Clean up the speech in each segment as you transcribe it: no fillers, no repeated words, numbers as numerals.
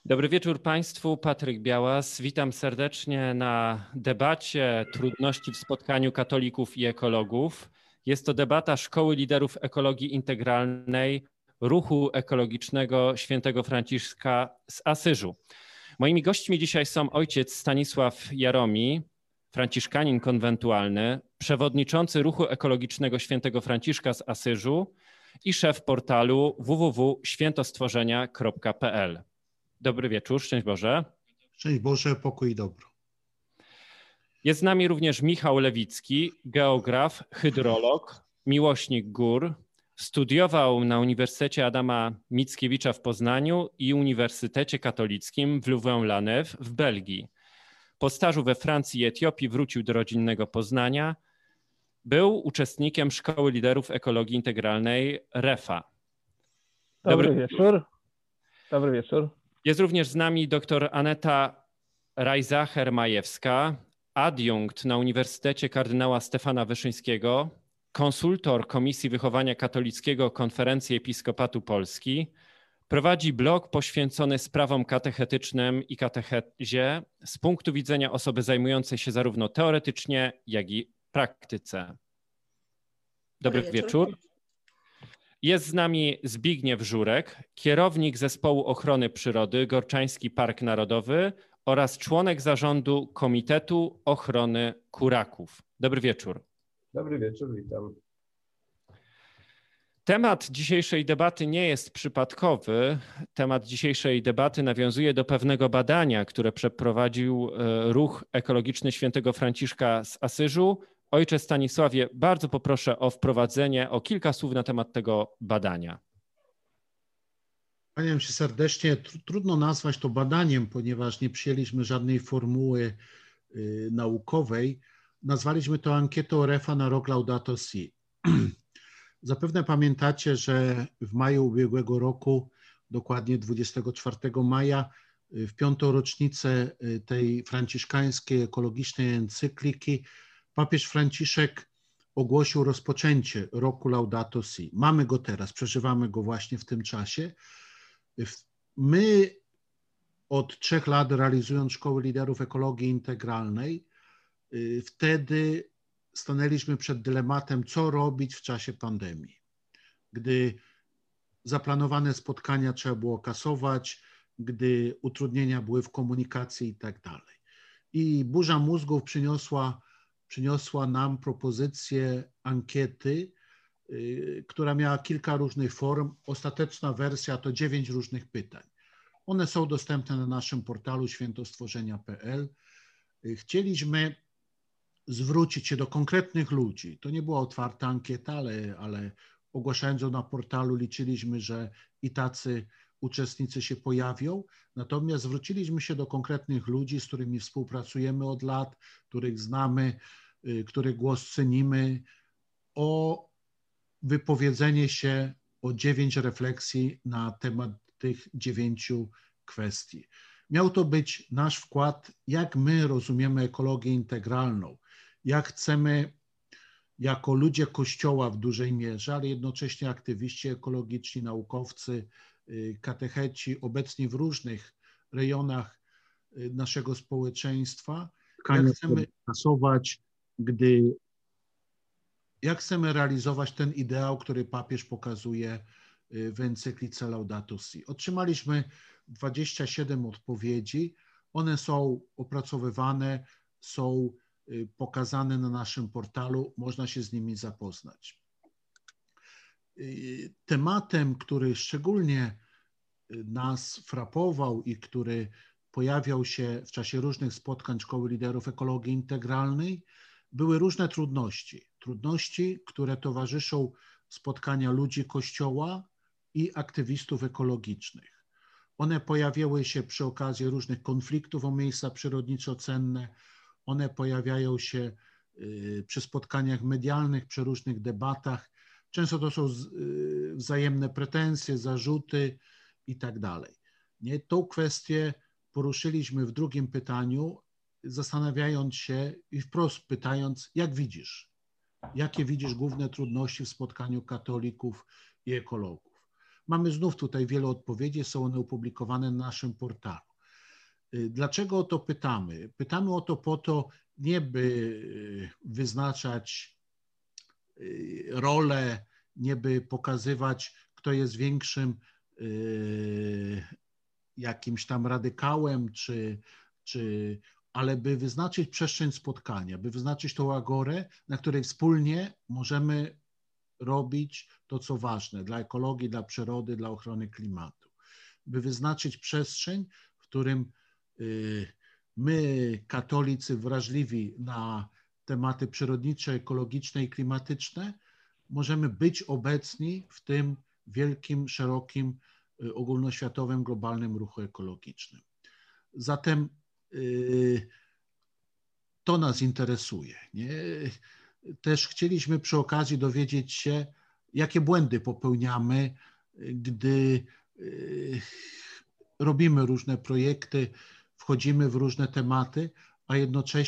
Dobry wieczór Państwu, Patryk Białas. Witam serdecznie na debacie Trudności w spotkaniu katolików i ekologów. Jest to debata Szkoły Liderów Ekologii Integralnej Ruchu Ekologicznego Świętego Franciszka z Asyżu. Moimi gośćmi dzisiaj są ojciec Stanisław Jaromi, franciszkanin konwentualny, przewodniczący Ruchu Ekologicznego Świętego Franciszka z Asyżu i szef portalu www.świętostworzenia.pl. Dobry wieczór, szczęść Boże. Szczęść Boże, pokój i dobro. Jest z nami również Michał Lewicki, geograf, hydrolog, miłośnik gór. Studiował na Uniwersytecie Adama Mickiewicza w Poznaniu i Uniwersytecie Katolickim w Louvain-la-Neuve w Belgii. Po stażu we Francji i Etiopii wrócił do rodzinnego Poznania. Był uczestnikiem Szkoły Liderów Ekologii Integralnej REFA. Dobry wieczór. Dobry wieczór. Jest również z nami dr Aneta Rajzacher-Majewska, adiunkt na Uniwersytecie Kardynała Stefana Wyszyńskiego, konsultor Komisji Wychowania Katolickiego Konferencji Episkopatu Polski. Prowadzi blog poświęcony sprawom katechetycznym i katechezie z punktu widzenia osoby zajmującej się zarówno teoretycznie, jak i praktyce. Dobry wieczór. Jest z nami Zbigniew Żurek, kierownik Zespołu Ochrony Przyrody Gorczański Park Narodowy oraz członek zarządu Komitetu Ochrony Kuraków. Dobry wieczór. Dobry wieczór, witam. Temat dzisiejszej debaty nie jest przypadkowy. Temat dzisiejszej debaty nawiązuje do pewnego badania, które przeprowadził Ruch Ekologiczny Świętego Franciszka z Asyżu. Ojcze Stanisławie, bardzo poproszę o wprowadzenie, o kilka słów na temat tego badania. Kłaniam się serdecznie. Trudno nazwać to badaniem, ponieważ nie przyjęliśmy żadnej formuły naukowej. Nazwaliśmy to ankietą REFA na rok Laudato Si. Zapewne pamiętacie, że w maju ubiegłego roku, dokładnie 24 maja, w 5. rocznicę tej franciszkańskiej ekologicznej encykliki, papież Franciszek ogłosił rozpoczęcie roku Laudato Si. Mamy go teraz, przeżywamy go właśnie w tym czasie. My od 3 lat realizując Szkołę Liderów Ekologii Integralnej, wtedy stanęliśmy przed dylematem, co robić w czasie pandemii, gdy zaplanowane spotkania trzeba było kasować, gdy utrudnienia były w komunikacji i tak dalej. I burza mózgów przyniosła nam propozycję ankiety, która miała kilka różnych form. Ostateczna wersja to 9 różnych pytań. One są dostępne na naszym portalu świętostworzenia.pl. Chcieliśmy zwrócić się do konkretnych ludzi. To nie była otwarta ankieta, ale ogłaszając ją na portalu liczyliśmy, że i tacy uczestnicy się pojawią. Natomiast zwróciliśmy się do konkretnych ludzi, z którymi współpracujemy od lat, których znamy, których głos cenimy, o wypowiedzenie się o 9 refleksji na temat tych 9 kwestii. Miał to być nasz wkład, jak my rozumiemy ekologię integralną, jak chcemy jako ludzie Kościoła w dużej mierze, ale jednocześnie aktywiści ekologiczni, naukowcy, katecheci obecni w różnych rejonach naszego społeczeństwa, jak chcemy pracować, jak chcemy realizować ten ideał, który papież pokazuje w encyklice Laudato Si. Otrzymaliśmy 27 odpowiedzi. One są opracowywane, są pokazane na naszym portalu, można się z nimi zapoznać. Tematem, który szczególnie nas frapował i który pojawiał się w czasie różnych spotkań Szkoły Liderów Ekologii Integralnej, były różne trudności. Trudności, które towarzyszą spotkania ludzi Kościoła i aktywistów ekologicznych. One pojawiały się przy okazji różnych konfliktów o miejsca przyrodniczo cenne, one pojawiają się przy spotkaniach medialnych, przy różnych debatach. Często to są wzajemne pretensje, zarzuty i tak dalej. Tą kwestię poruszyliśmy w drugim pytaniu, zastanawiając się i wprost pytając, jak widzisz? Jakie widzisz główne trudności w spotkaniu katolików i ekologów? Mamy znów tutaj wiele odpowiedzi, są one opublikowane na naszym portalu. Dlaczego o to pytamy? Pytamy o to po to, nie by wyznaczać rolę, nie by pokazywać, kto jest większym jakimś tam radykałem, ale by wyznaczyć przestrzeń spotkania, by wyznaczyć tą agorę, na której wspólnie możemy robić to, co ważne dla ekologii, dla przyrody, dla ochrony klimatu. By wyznaczyć przestrzeń, w którym my, katolicy wrażliwi na tematy przyrodnicze, ekologiczne i klimatyczne, możemy być obecni w tym wielkim, szerokim, ogólnoświatowym, globalnym ruchu ekologicznym. Zatem to nas interesuje. Nie? Też chcieliśmy przy okazji dowiedzieć się, jakie błędy popełniamy, gdy robimy różne projekty, wchodzimy w różne tematy, a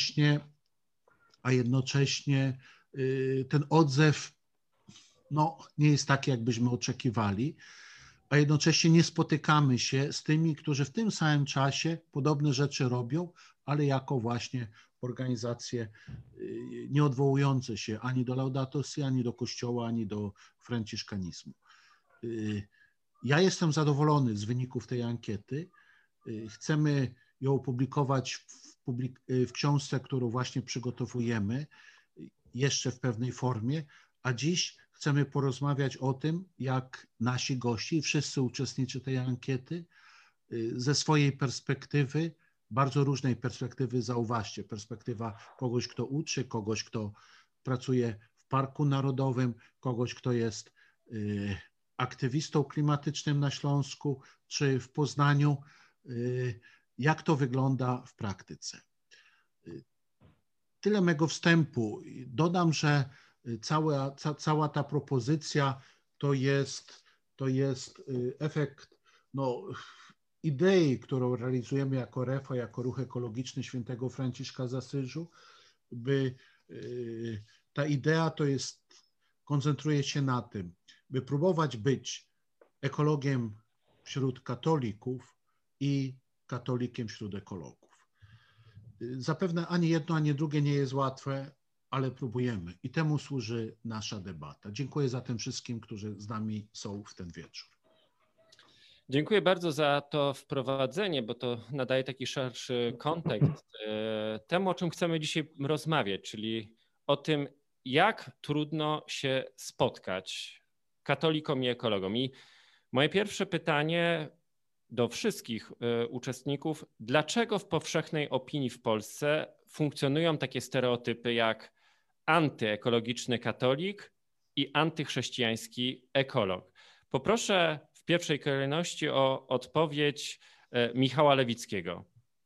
jednocześnie ten odzew nie jest taki, jakbyśmy oczekiwali, a jednocześnie nie spotykamy się z tymi, którzy w tym samym czasie podobne rzeczy robią, ale jako właśnie organizacje nie odwołujące się ani do Laudato Si, ani do Kościoła, ani do franciszkanizmu. Ja jestem zadowolony z wyników tej ankiety. Chcemy ją opublikować w książce, którą właśnie przygotowujemy, jeszcze w pewnej formie, a dziś chcemy porozmawiać o tym, jak nasi goście i wszyscy uczestnicy tej ankiety ze swojej perspektywy, bardzo różnej perspektywy, zauważcie, perspektywa kogoś, kto uczy, kogoś, kto pracuje w Parku Narodowym, kogoś, kto jest aktywistą klimatycznym na Śląsku czy w Poznaniu, jak to wygląda w praktyce. Tyle mego wstępu. Dodam, że cała ta propozycja to jest efekt idei, którą realizujemy jako REFA, jako Ruch Ekologiczny Świętego Franciszka z Asyżu, by ta idea koncentruje się na tym, by próbować być ekologiem wśród katolików i katolikiem wśród ekologów. Zapewne ani jedno, ani drugie nie jest łatwe, ale próbujemy i temu służy nasza debata. Dziękuję zatem wszystkim, którzy z nami są w ten wieczór. Dziękuję bardzo za to wprowadzenie, bo to nadaje taki szerszy kontekst temu, o czym chcemy dzisiaj rozmawiać, czyli o tym, jak trudno się spotkać katolikom i ekologom. I moje pierwsze pytanie do wszystkich uczestników: dlaczego w powszechnej opinii w Polsce funkcjonują takie stereotypy jak antyekologiczny katolik i antychrześcijański ekolog? Poproszę w pierwszej kolejności o odpowiedź Michała Lewickiego.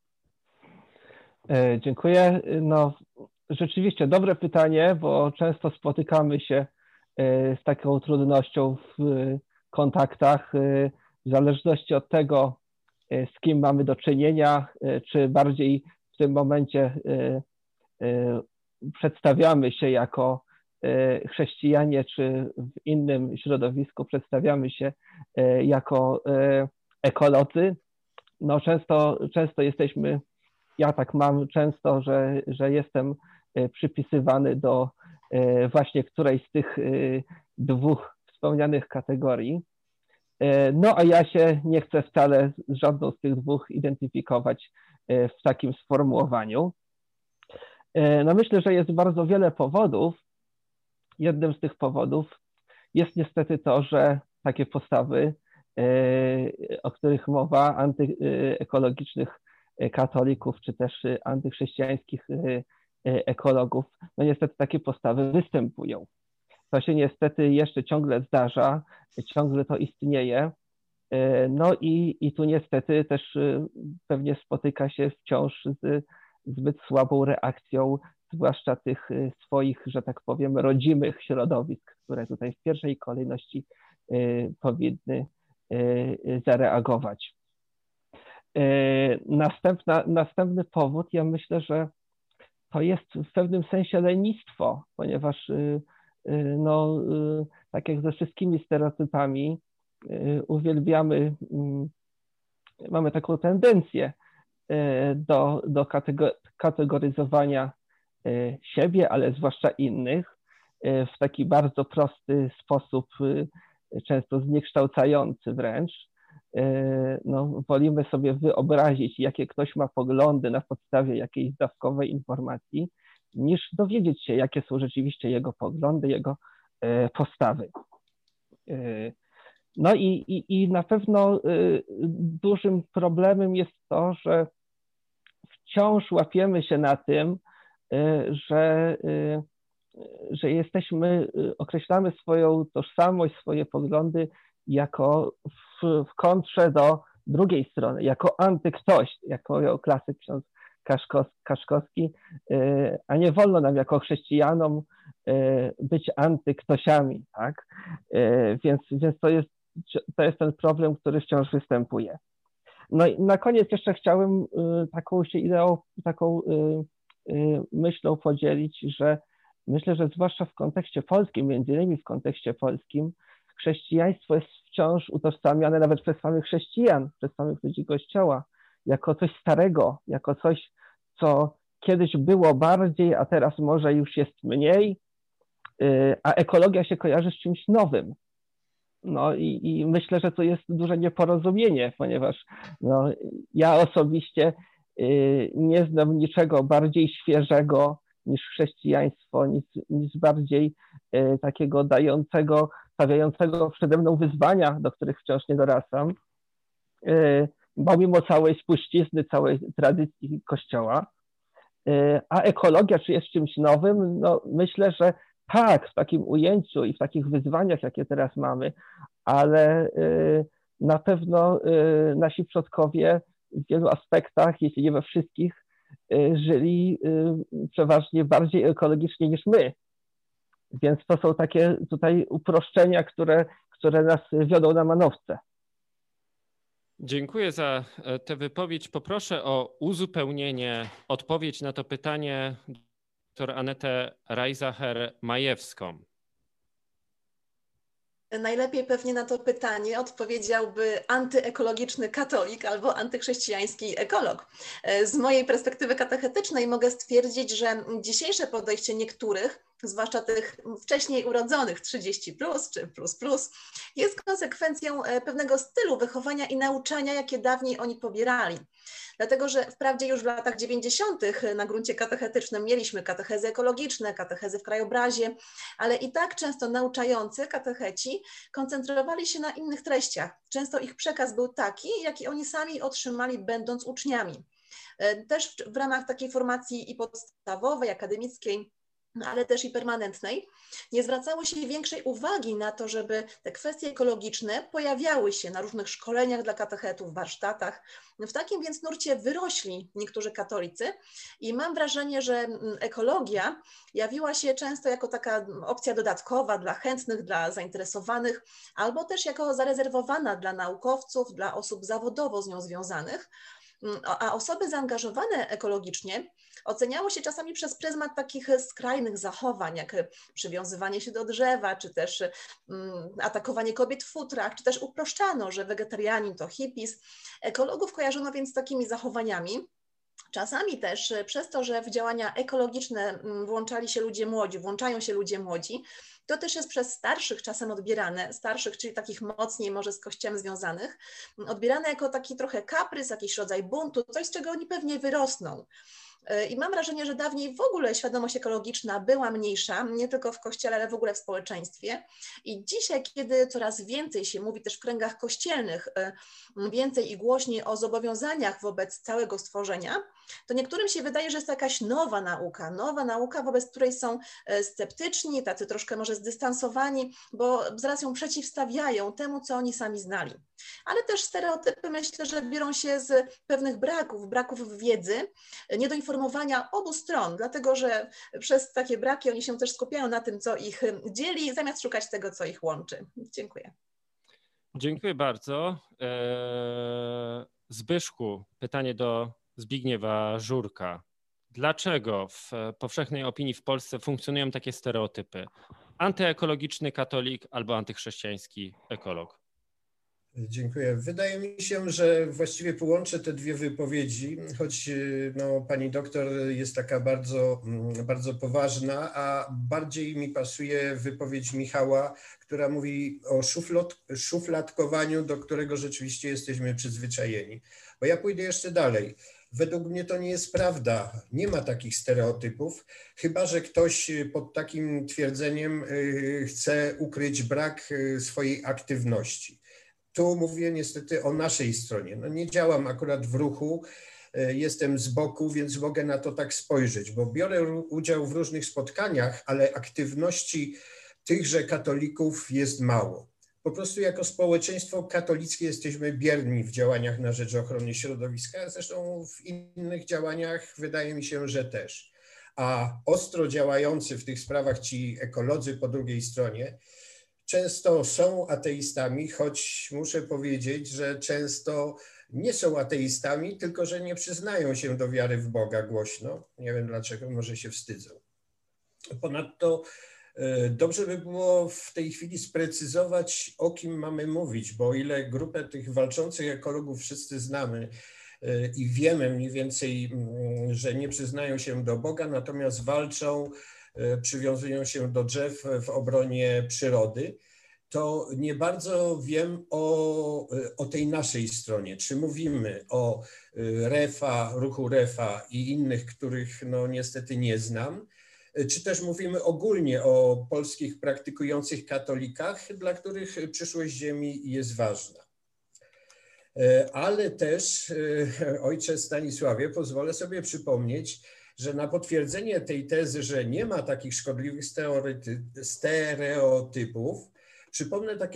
Dziękuję. Rzeczywiście dobre pytanie, bo często spotykamy się z taką trudnością w kontaktach, w zależności od tego, z kim mamy do czynienia, czy bardziej w tym momencie przedstawiamy się jako chrześcijanie, czy w innym środowisku przedstawiamy się jako ekolodzy. Często jesteśmy, ja tak mam często, że jestem przypisywany do właśnie którejś z tych dwóch wspomnianych kategorii. A ja się nie chcę wcale z żadną z tych dwóch identyfikować w takim sformułowaniu. Myślę, że jest bardzo wiele powodów. Jednym z tych powodów jest niestety to, że takie postawy, o których mowa, antyekologicznych katolików, czy też antychrześcijańskich ekologów, niestety takie postawy występują. To się niestety jeszcze ciągle zdarza, ciągle to istnieje. I tu niestety też pewnie spotyka się wciąż z zbyt słabą reakcją, zwłaszcza tych swoich, że tak powiem, rodzimych środowisk, które tutaj w pierwszej kolejności powinny zareagować. Następny powód, ja myślę, że to jest w pewnym sensie lenistwo, ponieważ tak jak ze wszystkimi stereotypami, uwielbiamy, mamy taką tendencję do kategoryzowania siebie, ale zwłaszcza innych w taki bardzo prosty sposób, często zniekształcający wręcz. No, wolimy sobie wyobrazić, jakie ktoś ma poglądy na podstawie jakiejś dawkowej informacji, niż dowiedzieć się, jakie są rzeczywiście jego poglądy, jego postawy. No i na pewno dużym problemem jest to, że wciąż łapiemy się na tym, że określamy swoją tożsamość, swoje poglądy jako w kontrze do drugiej strony, jako antyktoś, jako klasyk ksiądz Kaszkowski, a nie wolno nam jako chrześcijanom być antyktosiami, tak? Więc to jest ten problem, który wciąż występuje. No i na koniec jeszcze chciałem taką się ideą, taką myślą podzielić, że myślę, że zwłaszcza w kontekście polskim, między innymi w kontekście polskim, chrześcijaństwo jest wciąż utożsamiane nawet przez samych chrześcijan, przez samych ludzi Kościoła, jako coś starego, jako coś, co kiedyś było bardziej, a teraz może już jest mniej, a ekologia się kojarzy z czymś nowym. No i myślę, że to jest duże nieporozumienie, ponieważ no, ja osobiście nie znam niczego bardziej świeżego niż chrześcijaństwo, nic bardziej takiego stawiającego przede mną wyzwania, do których wciąż nie dorastam, pomimo całej spuścizny, całej tradycji Kościoła. A ekologia, czy jest czymś nowym? No, myślę, że tak, w takim ujęciu i w takich wyzwaniach, jakie teraz mamy, ale na pewno nasi przodkowie w wielu aspektach, jeśli nie we wszystkich, żyli przeważnie bardziej ekologicznie niż my. Więc to są takie tutaj uproszczenia, które nas wiodą na manowce. Dziękuję za tę wypowiedź. Poproszę o uzupełnienie, odpowiedź na to pytanie dr Anetę Reisacher-Majewską. Najlepiej pewnie na to pytanie odpowiedziałby antyekologiczny katolik albo antychrześcijański ekolog. Z mojej perspektywy katechetycznej mogę stwierdzić, że dzisiejsze podejście niektórych, zwłaszcza tych wcześniej urodzonych 30+ czy plus, jest konsekwencją pewnego stylu wychowania i nauczania, jakie dawniej oni pobierali. Dlatego, że wprawdzie już w latach 90. na gruncie katechetycznym mieliśmy katechezy ekologiczne, katechezy w krajobrazie, ale i tak często nauczający katecheci koncentrowali się na innych treściach. Często ich przekaz był taki, jaki oni sami otrzymali, będąc uczniami. Też w ramach takiej formacji i podstawowej, akademickiej, ale też i permanentnej, nie zwracało się większej uwagi na to, żeby te kwestie ekologiczne pojawiały się na różnych szkoleniach dla katechetów, warsztatach. W takim więc nurcie wyrośli niektórzy katolicy i mam wrażenie, że ekologia jawiła się często jako taka opcja dodatkowa dla chętnych, dla zainteresowanych, albo też jako zarezerwowana dla naukowców, dla osób zawodowo z nią związanych. A osoby zaangażowane ekologicznie oceniało się czasami przez pryzmat takich skrajnych zachowań, jak przywiązywanie się do drzewa, czy też atakowanie kobiet w futrach, czy też uproszczano, że wegetarianin to hippies. Ekologów kojarzono więc z takimi zachowaniami. Czasami też przez to, że w działania ekologiczne włączają się ludzie młodzi, to też jest przez starszych czasem odbierane, starszych, czyli takich mocniej może z Kościołem związanych, odbierane jako taki trochę kaprys, jakiś rodzaj buntu, coś, z czego oni pewnie wyrosną. I mam wrażenie, że dawniej w ogóle świadomość ekologiczna była mniejsza, nie tylko w Kościele, ale w ogóle w społeczeństwie. I dzisiaj, kiedy coraz więcej się mówi też w kręgach kościelnych, więcej i głośniej o zobowiązaniach wobec całego stworzenia, to niektórym się wydaje, że jest to jakaś nowa nauka, wobec której są sceptyczni, tacy troszkę może zdystansowani, bo zaraz ją przeciwstawiają temu, co oni sami znali. Ale też stereotypy, myślę, że biorą się z pewnych braków wiedzy, niedoinformowania obu stron, dlatego że przez takie braki oni się też skupiają na tym, co ich dzieli, zamiast szukać tego, co ich łączy. Dziękuję. Dziękuję bardzo. Zbyszku, pytanie do Zbigniewa Żurka. Dlaczego w powszechnej opinii w Polsce funkcjonują takie stereotypy? Antyekologiczny katolik albo antychrześcijański ekolog? Dziękuję. Wydaje mi się, że właściwie połączę te dwie wypowiedzi, choć no, pani doktor jest taka bardzo poważna, a bardziej mi pasuje wypowiedź Michała, która mówi o szufladkowaniu, do którego rzeczywiście jesteśmy przyzwyczajeni. Bo ja pójdę jeszcze dalej. Według mnie to nie jest prawda. Nie ma takich stereotypów, chyba że ktoś pod takim twierdzeniem chce ukryć brak swojej aktywności. Tu mówię niestety o naszej stronie. No nie działam akurat w ruchu, jestem z boku, więc mogę na to tak spojrzeć, bo biorę udział w różnych spotkaniach, ale aktywności tychże katolików jest mało. Po prostu jako społeczeństwo katolickie jesteśmy bierni w działaniach na rzecz ochrony środowiska, zresztą w innych działaniach wydaje mi się, że też. A ostro działający w tych sprawach ci ekolodzy po drugiej stronie często są ateistami, choć muszę powiedzieć, że często nie są ateistami, tylko że nie przyznają się do wiary w Boga głośno. Nie wiem dlaczego, może się wstydzą. Ponadto dobrze by było w tej chwili sprecyzować, o kim mamy mówić, bo o ile grupę tych walczących ekologów wszyscy znamy i wiemy mniej więcej, że nie przyznają się do Boga, natomiast walczą, przywiązują się do drzew w obronie przyrody, to nie bardzo wiem o tej naszej stronie. Czy mówimy o REFA, ruchu REFA i innych, których no niestety nie znam, czy też mówimy ogólnie o polskich praktykujących katolikach, dla których przyszłość Ziemi jest ważna. Ale też, ojcze Stanisławie, pozwolę sobie przypomnieć, że na potwierdzenie tej tezy, że nie ma takich szkodliwych stereotypów, przypomnę takie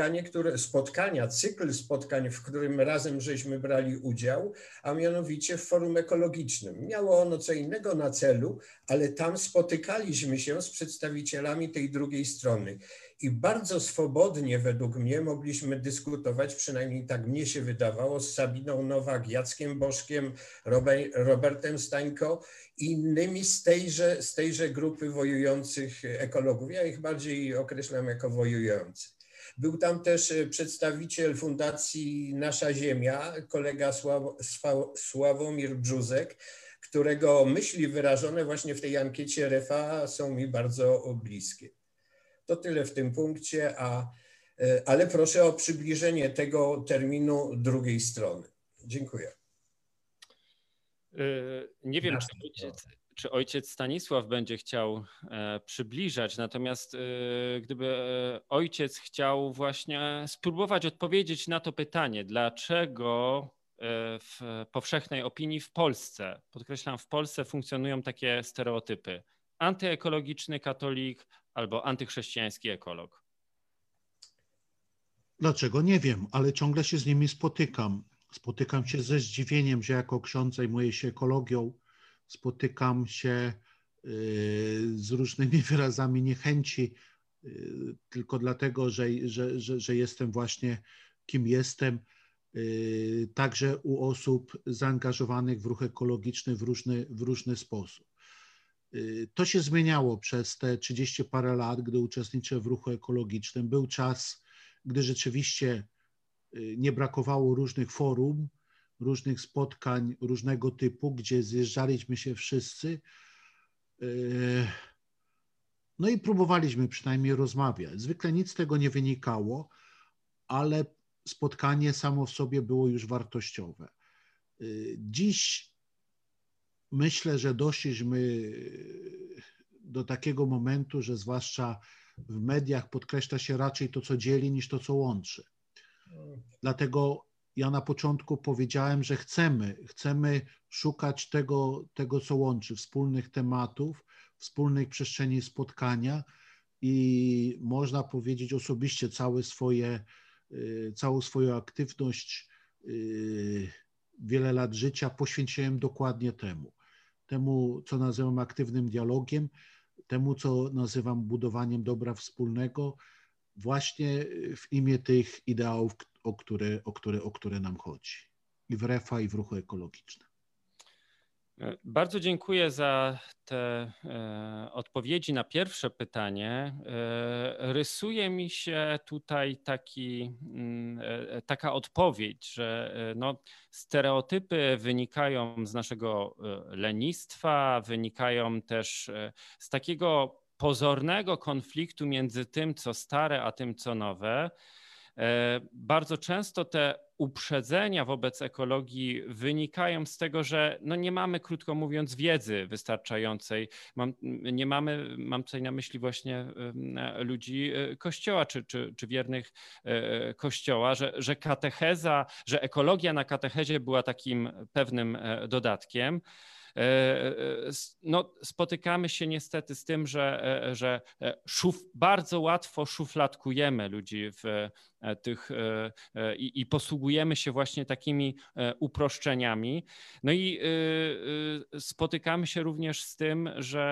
cykl spotkań, w którym razem żeśmy brali udział, a mianowicie w Forum Ekologicznym. Miało ono co innego na celu, ale tam spotykaliśmy się z przedstawicielami tej drugiej strony i bardzo swobodnie według mnie mogliśmy dyskutować, przynajmniej tak mnie się wydawało, z Sabiną Nowak, Jackiem Bożkiem, Robertem Stańko i innymi z tejże grupy wojujących ekologów. Ja ich bardziej określam jako wojujący. Był tam też przedstawiciel Fundacji Nasza Ziemia, kolega Sławomir Brzuzek, którego myśli wyrażone właśnie w tej ankiecie REFA są mi bardzo bliskie. To tyle w tym punkcie, ale proszę o przybliżenie tego terminu drugiej strony. Dziękuję. Nie wiem, czy ojciec Stanisław będzie chciał przybliżać, natomiast gdyby ojciec chciał właśnie spróbować odpowiedzieć na to pytanie, dlaczego w powszechnej opinii w Polsce, podkreślam, w Polsce funkcjonują takie stereotypy: antyekologiczny katolik albo antychrześcijański ekolog. Dlaczego? Nie wiem, ale ciągle się z nimi spotykam. Spotykam się ze zdziwieniem, że jako ksiądz zajmuję się ekologią, spotykam się z różnymi wyrazami niechęci tylko dlatego, że jestem właśnie kim jestem. Także u osób zaangażowanych w ruch ekologiczny w różny sposób. To się zmieniało przez te 30 parę lat, gdy uczestniczę w ruchu ekologicznym. Był czas, gdy rzeczywiście nie brakowało różnych forum, różnych spotkań różnego typu, gdzie zjeżdżaliśmy się wszyscy. No i próbowaliśmy przynajmniej rozmawiać. Zwykle nic z tego nie wynikało, ale spotkanie samo w sobie było już wartościowe. Dziś myślę, że doszliśmy do takiego momentu, że zwłaszcza w mediach podkreśla się raczej to, co dzieli, niż to, co łączy. Dlatego ja na początku powiedziałem, że chcemy szukać tego, co łączy, wspólnych tematów, wspólnej przestrzeni spotkania i można powiedzieć osobiście całą swoją aktywność, wiele lat życia poświęciłem dokładnie temu, co nazywam aktywnym dialogiem, temu, co nazywam budowaniem dobra wspólnego, właśnie w imię tych ideałów, o które nam chodzi. I w REFA, i w ruchu ekologicznym. Bardzo dziękuję za te odpowiedzi na pierwsze pytanie. Rysuje mi się tutaj taka odpowiedź, że no, stereotypy wynikają z naszego lenistwa, wynikają też z takiego pozornego konfliktu między tym, co stare, a tym, co nowe. Bardzo często te uprzedzenia wobec ekologii wynikają z tego, że no nie mamy, krótko mówiąc, wiedzy wystarczającej. Mam tutaj na myśli właśnie ludzi Kościoła czy wiernych Kościoła, że katecheza, że ekologia na katechezie była takim pewnym dodatkiem. No, spotykamy się niestety z tym, że bardzo łatwo szufladkujemy ludzi w tych i posługujemy się właśnie takimi uproszczeniami. No i spotykamy się również z tym,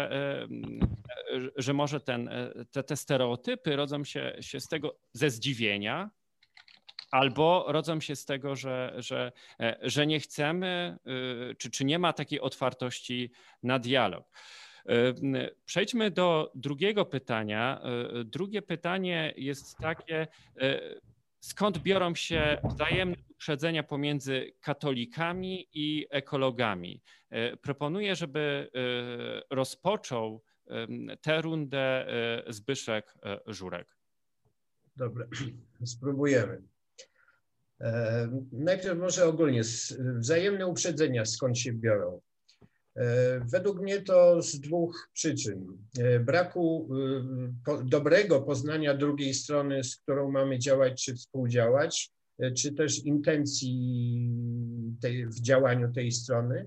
że może te stereotypy rodzą się z tego ze zdziwienia, albo rodzą się z tego, że nie chcemy, czy nie ma takiej otwartości na dialog. Przejdźmy do drugiego pytania. Drugie pytanie jest takie, skąd biorą się wzajemne uprzedzenia pomiędzy katolikami i ekologami? Proponuję, żeby rozpoczął tę rundę Zbyszek Żurek. Dobra, spróbujemy. Najpierw może ogólnie wzajemne uprzedzenia skąd się biorą. Według mnie to z dwóch przyczyn. Braku dobrego poznania drugiej strony, z którą mamy działać czy współdziałać, czy też intencji w działaniu tej strony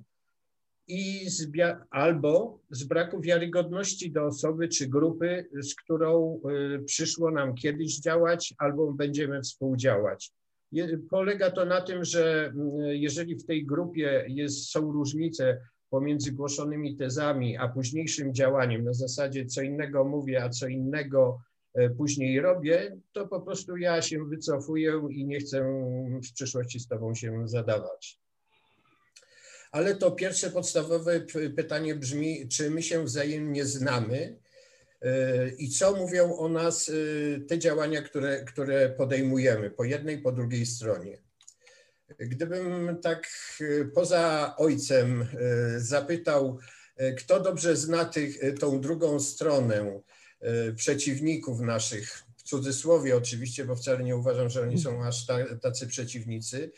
albo z braku wiarygodności do osoby czy grupy, z którą przyszło nam kiedyś działać albo będziemy współdziałać. Polega to na tym, że jeżeli w tej grupie są różnice pomiędzy głoszonymi tezami a późniejszym działaniem na zasadzie co innego mówię, a co innego później robię, to po prostu ja się wycofuję i nie chcę w przyszłości z tobą się zadawać. Ale to pierwsze podstawowe pytanie brzmi, czy my się wzajemnie znamy i co mówią o nas te działania, które podejmujemy po jednej, po drugiej stronie. Gdybym tak poza ojcem zapytał, kto dobrze zna tą drugą stronę przeciwników naszych, w cudzysłowie oczywiście, bo wcale nie uważam, że oni są aż tacy przeciwnicy,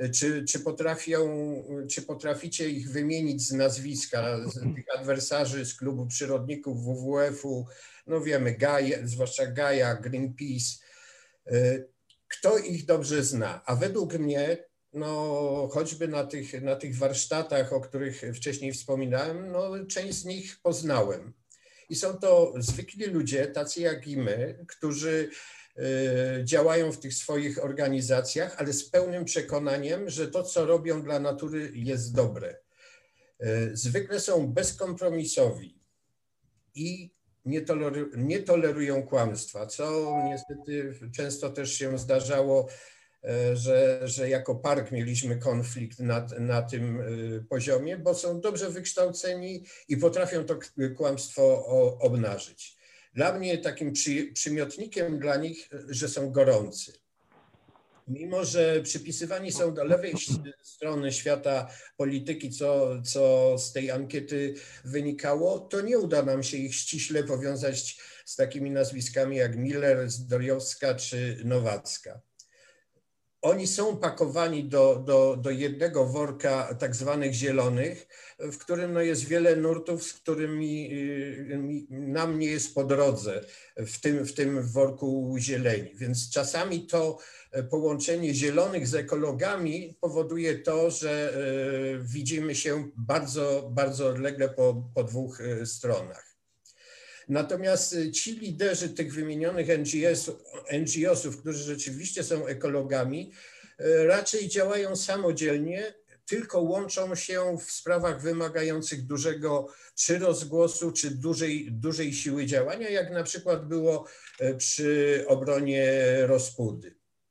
czy potraficie ich wymienić z nazwiska, tych adwersarzy z klubu przyrodników WWF-u, no wiemy, zwłaszcza Gaia, Greenpeace, kto ich dobrze zna? A według mnie, no choćby na tych warsztatach, o których wcześniej wspominałem, no część z nich poznałem. I są to zwykli ludzie, tacy jak i my, którzy działają w tych swoich organizacjach, ale z pełnym przekonaniem, że to, co robią dla natury, jest dobre. Zwykle są bezkompromisowi i nie tolerują kłamstwa, co niestety często też się zdarzało, że jako park mieliśmy konflikt na tym poziomie, bo są dobrze wykształceni i potrafią to kłamstwo obnażyć. Dla mnie takim przymiotnikiem dla nich, że są gorący. Mimo że przypisywani są do lewej strony świata polityki, co z tej ankiety wynikało, to nie uda nam się ich ściśle powiązać z takimi nazwiskami jak Miller, Zdrojowska czy Nowacka. Oni są pakowani do jednego worka tak zwanych zielonych, w którym no jest wiele nurtów, z którymi nam nie jest po drodze w tym worku zieleni. Więc czasami to połączenie zielonych z ekologami powoduje to, że widzimy się bardzo, bardzo odlegle po dwóch stronach. Natomiast ci liderzy tych wymienionych NGO-sów, którzy rzeczywiście są ekologami, raczej działają samodzielnie, tylko łączą się w sprawach wymagających dużego czy rozgłosu, czy dużej siły działania, jak na przykład było przy obronie Rospudy.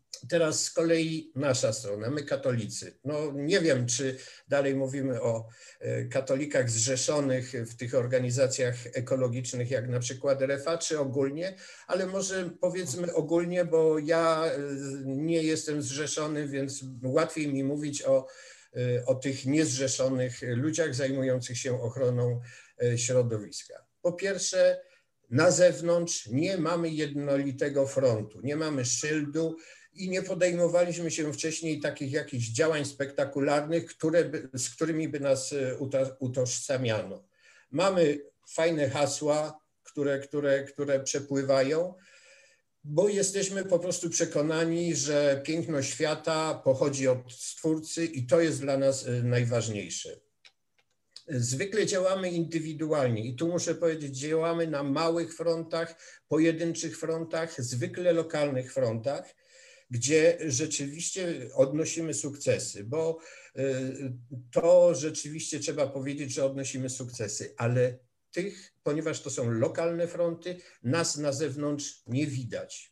Teraz z kolei nasza strona, my katolicy. No nie wiem, czy dalej mówimy o katolikach zrzeszonych w tych organizacjach ekologicznych, jak na przykład RFA, czy ogólnie, ale może powiedzmy ogólnie, bo ja nie jestem zrzeszony, więc łatwiej mi mówić o tych niezrzeszonych ludziach zajmujących się ochroną środowiska. Po pierwsze, na zewnątrz nie mamy jednolitego frontu, nie mamy szyldu i nie podejmowaliśmy się wcześniej takich jakichś działań spektakularnych, z którymi by nas utożsamiano. Mamy fajne hasła, które przepływają, bo jesteśmy po prostu przekonani, że piękno świata pochodzi od Stwórcy i to jest dla nas najważniejsze. Zwykle działamy indywidualnie i tu muszę powiedzieć, działamy na małych frontach, pojedynczych frontach, zwykle lokalnych frontach, gdzie rzeczywiście odnosimy sukcesy, bo to rzeczywiście trzeba powiedzieć, że odnosimy sukcesy, ale ponieważ to są lokalne fronty, nas na zewnątrz nie widać.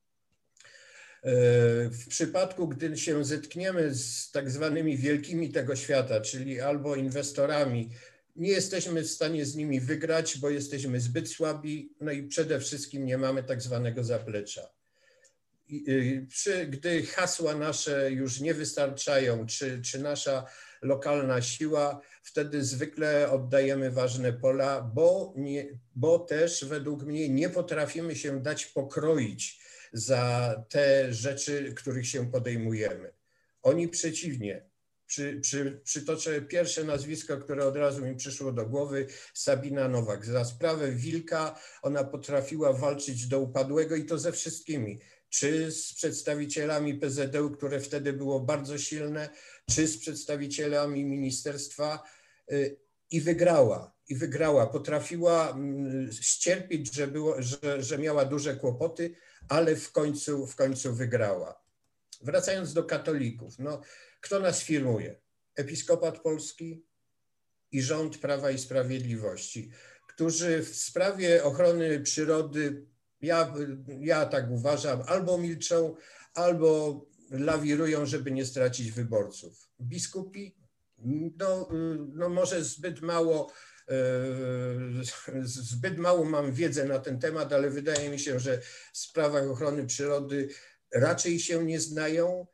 W przypadku, gdy się zetkniemy z tak zwanymi wielkimi tego świata, czyli albo inwestorami, nie jesteśmy w stanie z nimi wygrać, bo jesteśmy zbyt słabi, no i przede wszystkim nie mamy tak zwanego zaplecza. Gdy hasła nasze już nie wystarczają, czy nasza lokalna siła, wtedy zwykle oddajemy ważne pola, bo też według mnie nie potrafimy się dać pokroić za te rzeczy, których się podejmujemy. Oni przeciwnie. Przytoczę pierwsze nazwisko, które od razu mi przyszło do głowy, Sabina Nowak. Za sprawę wilka ona potrafiła walczyć do upadłego i to ze wszystkimi. Czy z przedstawicielami PZD-u, które wtedy było bardzo silne, czy z przedstawicielami ministerstwa i wygrała. I wygrała. Potrafiła ścierpieć, że miała duże kłopoty, ale w końcu wygrała. Wracając do katolików, no, kto nas firmuje? Episkopat Polski i rząd Prawa i Sprawiedliwości, którzy w sprawie ochrony przyrody, ja tak uważam, albo milczą, albo lawirują, żeby nie stracić wyborców. Biskupi, no może zbyt mało mam wiedzę na ten temat, ale wydaje mi się, że w sprawach ochrony przyrody raczej się nie znają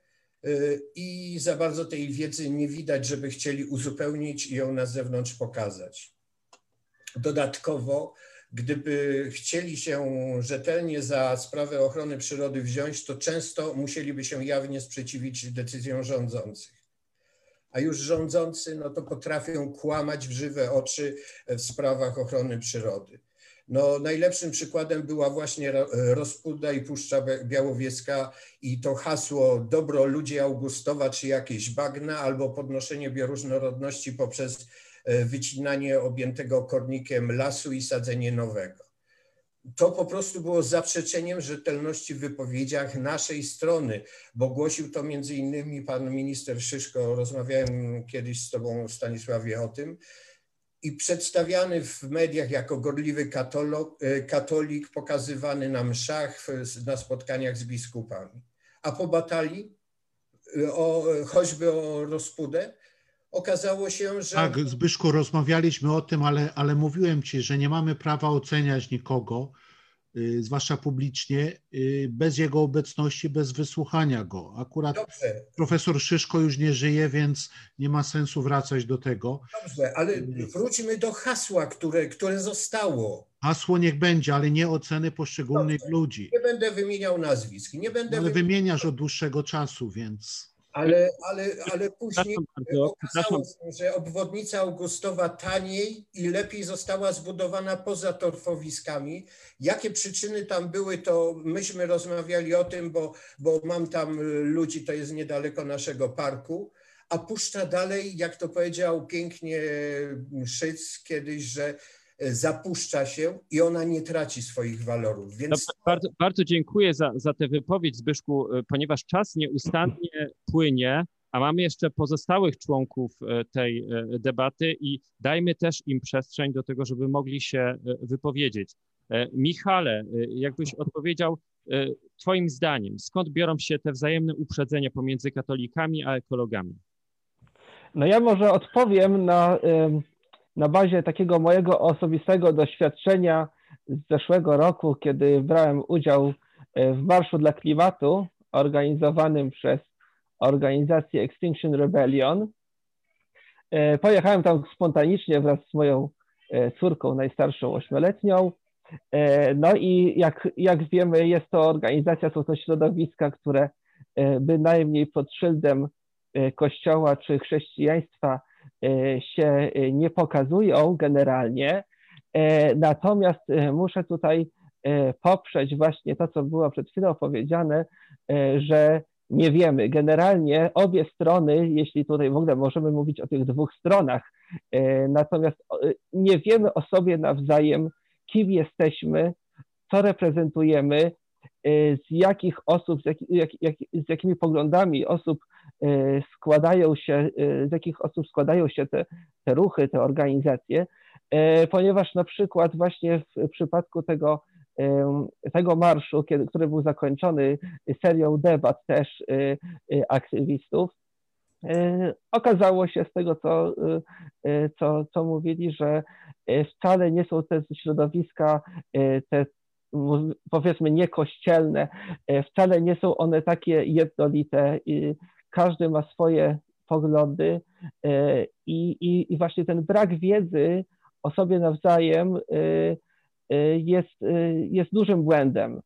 i za bardzo tej wiedzy nie widać, żeby chcieli uzupełnić i ją na zewnątrz pokazać. Dodatkowo, gdyby chcieli się rzetelnie za sprawę ochrony przyrody wziąć, to często musieliby się jawnie sprzeciwić decyzjom rządzących. A już rządzący no to potrafią kłamać w żywe oczy w sprawach ochrony przyrody. No, najlepszym przykładem była właśnie Rospuda i Puszcza Białowieska i to hasło dobro ludzi Augustowa czy jakieś bagna albo podnoszenie bioróżnorodności poprzez wycinanie objętego kornikiem lasu i sadzenie nowego. To po prostu było zaprzeczeniem rzetelności w wypowiedziach naszej strony, bo głosił to między innymi pan minister Szyszko, rozmawiałem kiedyś z tobą, Stanisławie, o tym, i przedstawiany w mediach jako gorliwy katolik, pokazywany na mszach, na spotkaniach z biskupami. A po batalii, choćby o Rospudę, okazało się, że... Tak, Zbyszku, rozmawialiśmy o tym, ale mówiłem ci, że nie mamy prawa oceniać nikogo, zwłaszcza publicznie, bez jego obecności, bez wysłuchania go. Akurat dobrze. Profesor Szyszko już nie żyje, więc nie ma sensu wracać do tego. Dobrze, ale wróćmy do hasła, które zostało. Hasło niech będzie, ale nie oceny poszczególnych ludzi. Nie będę wymieniał nazwisk. Ale wymieniasz od dłuższego czasu, więc... Ale później okazało się, że obwodnica Augustowa taniej i lepiej została zbudowana poza torfowiskami. Jakie przyczyny tam były, to myśmy rozmawiali o tym, bo mam tam ludzi, to jest niedaleko naszego parku, a puszcza dalej, jak to powiedział pięknie Szyc kiedyś, że zapuszcza się i ona nie traci swoich walorów. Więc... Bardzo dziękuję za tę wypowiedź, Zbyszku, ponieważ czas nieustannie płynie, a mamy jeszcze pozostałych członków tej debaty i dajmy też im przestrzeń do tego, żeby mogli się wypowiedzieć. Michale, jakbyś odpowiedział, Twoim zdaniem, skąd biorą się te wzajemne uprzedzenia pomiędzy katolikami a ekologami? No ja może odpowiem na bazie takiego mojego osobistego doświadczenia z zeszłego roku, kiedy brałem udział w Marszu dla Klimatu organizowanym przez organizację Extinction Rebellion. Pojechałem tam spontanicznie wraz z moją córką najstarszą, 8-letnią. No i jak wiemy, jest to organizacja, są to środowiska, które bynajmniej pod szyldem Kościoła czy chrześcijaństwa się nie pokazują generalnie. Natomiast muszę tutaj poprzeć właśnie to, co było przed chwilą powiedziane, że nie wiemy. Generalnie obie strony, jeśli tutaj w ogóle możemy mówić o tych dwóch stronach, natomiast nie wiemy o sobie nawzajem, kim jesteśmy, co reprezentujemy, z jakich osób, z jakimi poglądami osób składają się, z jakich osób składają się te ruchy, te organizacje, ponieważ na przykład właśnie w przypadku tego marszu, który był zakończony serią debat też aktywistów, okazało się z tego, co mówili, że wcale nie są te środowiska, te powiedzmy niekościelne, wcale nie są one takie jednolite. Każdy ma swoje poglądy i właśnie ten brak wiedzy o sobie nawzajem jest dużym błędem.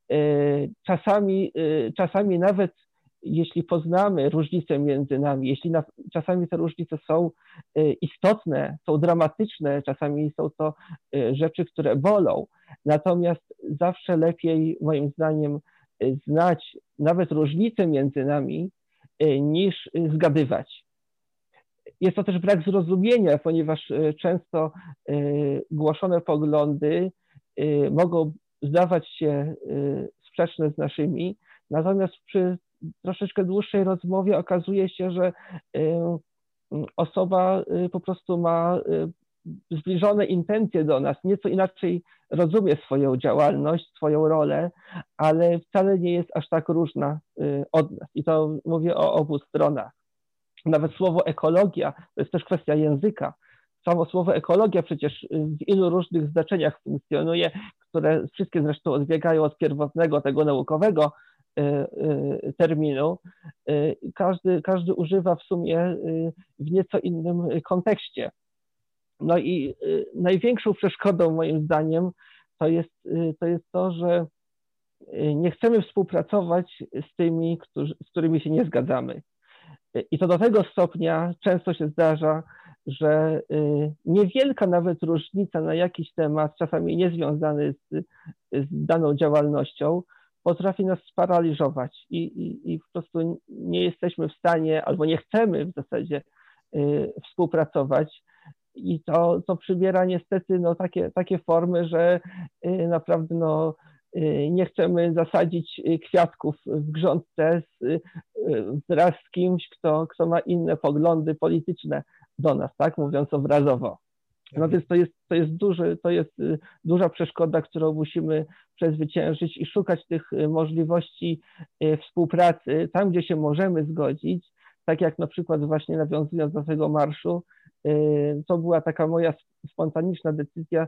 Czasami nawet jeśli poznamy różnice między nami, jeśli czasami te różnice są istotne, są dramatyczne, czasami są to rzeczy, które bolą, natomiast zawsze lepiej moim zdaniem znać nawet różnice między nami niż zgadywać. Jest to też brak zrozumienia, ponieważ często głoszone poglądy mogą zdawać się sprzeczne z naszymi, natomiast przy troszeczkę dłuższej rozmowie okazuje się, że osoba po prostu ma zbliżone intencje do nas, nieco inaczej rozumie swoją działalność, swoją rolę, ale wcale nie jest aż tak różna od nas. I to mówię o obu stronach. Nawet słowo ekologia to jest też kwestia języka. Samo słowo ekologia przecież w ilu różnych znaczeniach funkcjonuje, które wszystkie zresztą odbiegają od pierwotnego, tego naukowego terminu. Każdy używa w sumie w nieco innym kontekście. No i największą przeszkodą moim zdaniem to jest to, że nie chcemy współpracować z tymi, z którymi się nie zgadzamy. I to do tego stopnia często się zdarza, że niewielka nawet różnica na jakiś temat, czasami niezwiązany z daną działalnością, potrafi nas sparaliżować i po prostu nie jesteśmy w stanie, albo nie chcemy w zasadzie współpracować. I to przybiera niestety takie formy, że naprawdę nie chcemy zasadzić kwiatków w grządce wraz z kimś, kto ma inne poglądy polityczne do nas, tak mówiąc obrazowo. No więc to jest duża przeszkoda, którą musimy przezwyciężyć i szukać tych możliwości współpracy tam, gdzie się możemy zgodzić, tak jak na przykład właśnie nawiązując do tego marszu, to była taka moja spontaniczna decyzja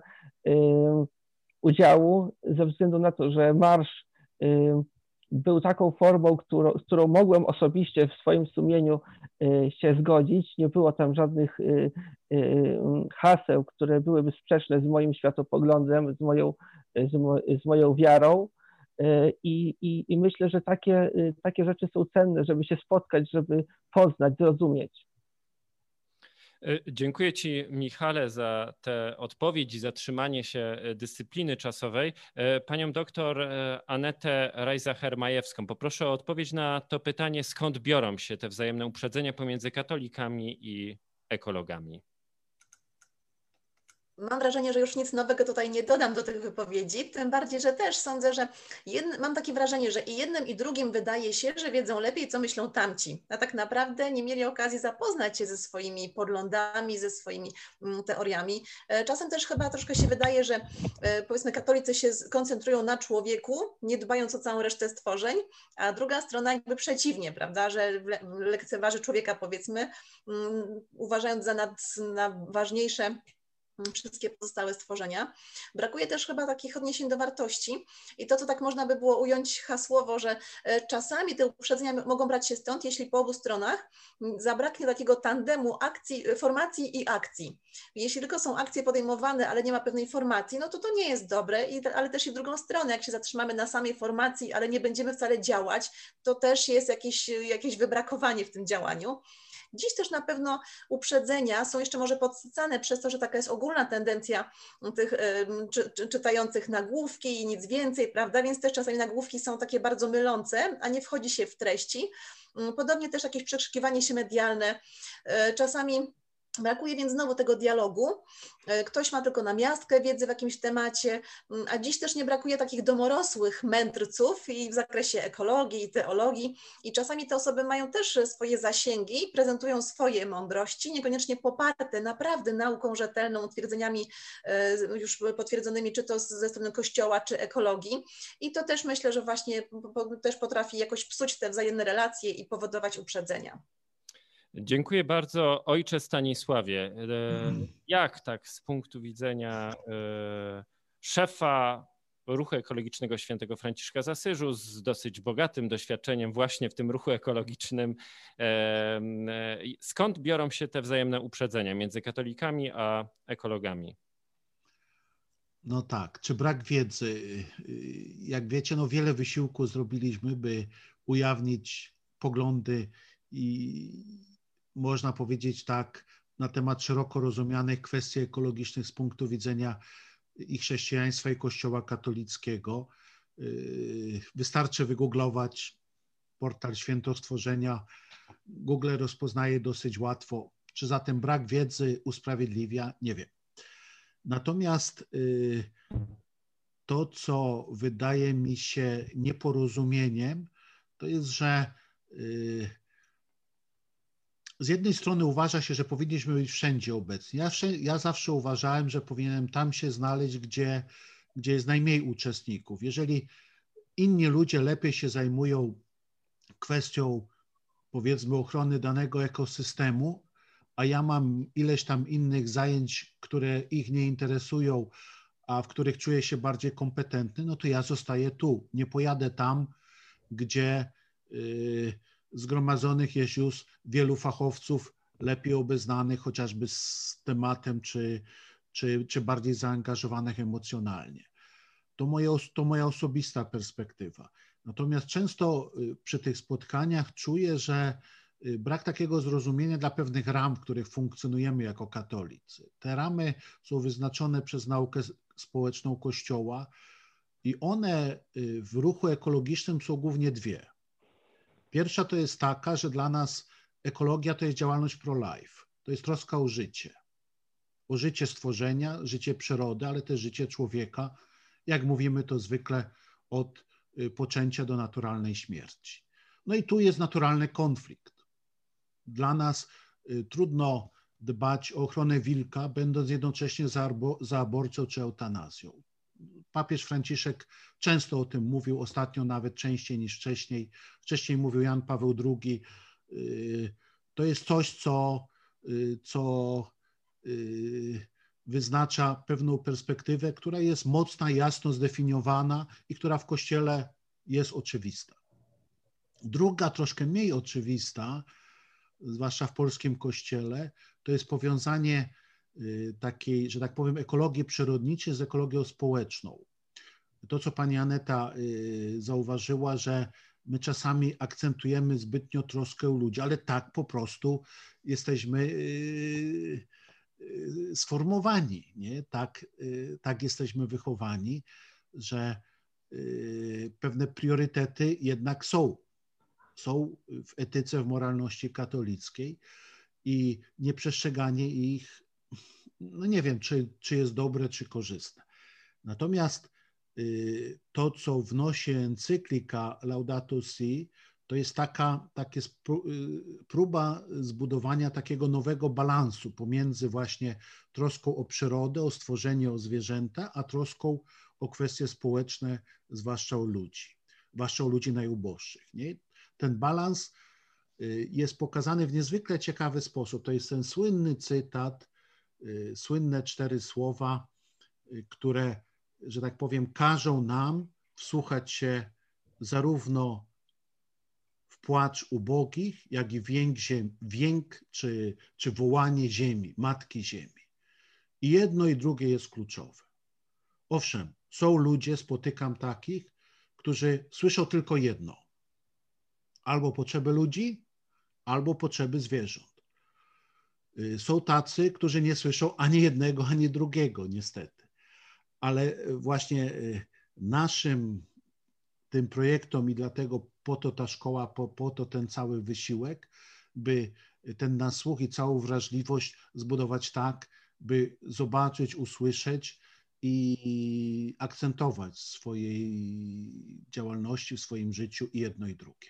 udziału ze względu na to, że marsz był taką formą, z którą mogłem osobiście w swoim sumieniu się zgodzić. Nie było tam żadnych haseł, które byłyby sprzeczne z moim światopoglądem, z moją wiarą. I myślę, że takie rzeczy są cenne, żeby się spotkać, żeby poznać, zrozumieć. Dziękuję Ci, Michale, za tę odpowiedź i za trzymanie się dyscypliny czasowej. Panią doktor Anetę Rajzacher-Majewską poproszę o odpowiedź na to pytanie, skąd biorą się te wzajemne uprzedzenia pomiędzy katolikami i ekologami. Mam wrażenie, że już nic nowego tutaj nie dodam do tych wypowiedzi, tym bardziej, że też sądzę, że mam takie wrażenie, że i jednym i drugim wydaje się, że wiedzą lepiej, co myślą tamci, a tak naprawdę nie mieli okazji zapoznać się ze swoimi poglądami, ze swoimi teoriami. Czasem też chyba troszkę się wydaje, że powiedzmy katolicy się koncentrują na człowieku, nie dbając o całą resztę stworzeń, a druga strona jakby przeciwnie, prawda, że lekceważy człowieka, powiedzmy, uważając za ważniejsze wszystkie pozostałe stworzenia. Brakuje też chyba takich odniesień do wartości i to, co tak można by było ująć hasłowo, że czasami te uprzedzenia mogą brać się stąd, jeśli po obu stronach zabraknie takiego tandemu akcji, formacji i akcji. Jeśli tylko są akcje podejmowane, ale nie ma pewnej formacji, no to nie jest dobre, ale też i w drugą stronę, jak się zatrzymamy na samej formacji, ale nie będziemy wcale działać, to też jest jakieś wybrakowanie w tym działaniu. Dziś też na pewno uprzedzenia są jeszcze może podsycane przez to, że taka jest ogólna tendencja tych czytających nagłówki i nic więcej, prawda? Więc też czasami nagłówki są takie bardzo mylące, a nie wchodzi się w treści. Podobnie też jakieś przekrzykiwanie się medialne. Czasami brakuje więc znowu tego dialogu. Ktoś ma tylko namiastkę wiedzy w jakimś temacie, a dziś też nie brakuje takich domorosłych mędrców i w zakresie ekologii i teologii. I czasami te osoby mają też swoje zasięgi, prezentują swoje mądrości, niekoniecznie poparte naprawdę nauką rzetelną, twierdzeniami już potwierdzonymi, czy to ze strony Kościoła, czy ekologii. I to też myślę, że właśnie też potrafi jakoś psuć te wzajemne relacje i powodować uprzedzenia. Dziękuję bardzo, ojcze Stanisławie. Jak tak z punktu widzenia szefa Ruchu Ekologicznego Świętego Franciszka z Asyżu z dosyć bogatym doświadczeniem właśnie w tym ruchu ekologicznym, skąd biorą się te wzajemne uprzedzenia między katolikami a ekologami? No tak, czy brak wiedzy? Jak wiecie, no wiele wysiłku zrobiliśmy, by ujawnić poglądy i można powiedzieć tak, na temat szeroko rozumianych kwestii ekologicznych z punktu widzenia i chrześcijaństwa, i Kościoła katolickiego. Wystarczy wygooglować portal Święto Stworzenia. Google rozpoznaje dosyć łatwo. Czy zatem brak wiedzy usprawiedliwia? Nie wiem. Natomiast to, co wydaje mi się nieporozumieniem, to jest, że z jednej strony uważa się, że powinniśmy być wszędzie obecni. Ja zawsze uważałem, że powinienem tam się znaleźć, gdzie jest najmniej uczestników. Jeżeli inni ludzie lepiej się zajmują kwestią, powiedzmy, ochrony danego ekosystemu, a ja mam ileś tam innych zajęć, które ich nie interesują, a w których czuję się bardziej kompetentny, no to ja zostaję tu. Nie pojadę tam, gdzie zgromadzonych jest już wielu fachowców lepiej obeznanych chociażby z tematem, czy bardziej zaangażowanych emocjonalnie. To moja osobista perspektywa. Natomiast często przy tych spotkaniach czuję, że brak takiego zrozumienia dla pewnych ram, w których funkcjonujemy jako katolicy. Te ramy są wyznaczone przez naukę społeczną Kościoła i one w ruchu ekologicznym są głównie dwie. Pierwsza to jest taka, że dla nas ekologia to jest działalność pro-life, to jest troska o życie stworzenia, życie przyrody, ale też życie człowieka, jak mówimy to zwykle od poczęcia do naturalnej śmierci. No i tu jest naturalny konflikt. Dla nas trudno dbać o ochronę wilka, będąc jednocześnie za aborcją czy eutanazją. Papież Franciszek często o tym mówił, ostatnio nawet częściej niż wcześniej. Wcześniej mówił Jan Paweł II. To jest coś, co wyznacza pewną perspektywę, która jest mocna, jasno zdefiniowana i która w Kościele jest oczywista. Druga, troszkę mniej oczywista, zwłaszcza w polskim Kościele, to jest powiązanie takiej, że tak powiem, ekologii przyrodniczej z ekologią społeczną. To, co pani Aneta zauważyła, że my czasami akcentujemy zbytnio troskę o ludzi, ale tak po prostu jesteśmy sformowani, nie? Tak jesteśmy wychowani, że pewne priorytety jednak są w etyce, w moralności katolickiej i nieprzestrzeganie ich no nie wiem, czy jest dobre, czy korzystne. Natomiast to, co wnosi encyklika Laudato Si, to jest próba zbudowania takiego nowego balansu pomiędzy właśnie troską o przyrodę, o stworzenie, o zwierzęta, a troską o kwestie społeczne, zwłaszcza o ludzi najuboższych. Nie? Ten balans jest pokazany w niezwykle ciekawy sposób. To jest ten słynny cytat, słynne 4 słowa, które, że tak powiem, każą nam wsłuchać się zarówno w płacz ubogich, jak i więk czy wołanie ziemi, matki ziemi. I jedno i drugie jest kluczowe. Owszem, są ludzie, spotykam takich, którzy słyszą tylko jedno. Albo potrzeby ludzi, albo potrzeby zwierząt. Są tacy, którzy nie słyszą ani jednego, ani drugiego, niestety. Ale właśnie naszym tym projektom i dlatego po to ta szkoła, po to ten cały wysiłek, by ten nasłuch i całą wrażliwość zbudować tak, by zobaczyć, usłyszeć i akcentować w swojej działalności, w swoim życiu i jedno i drugie.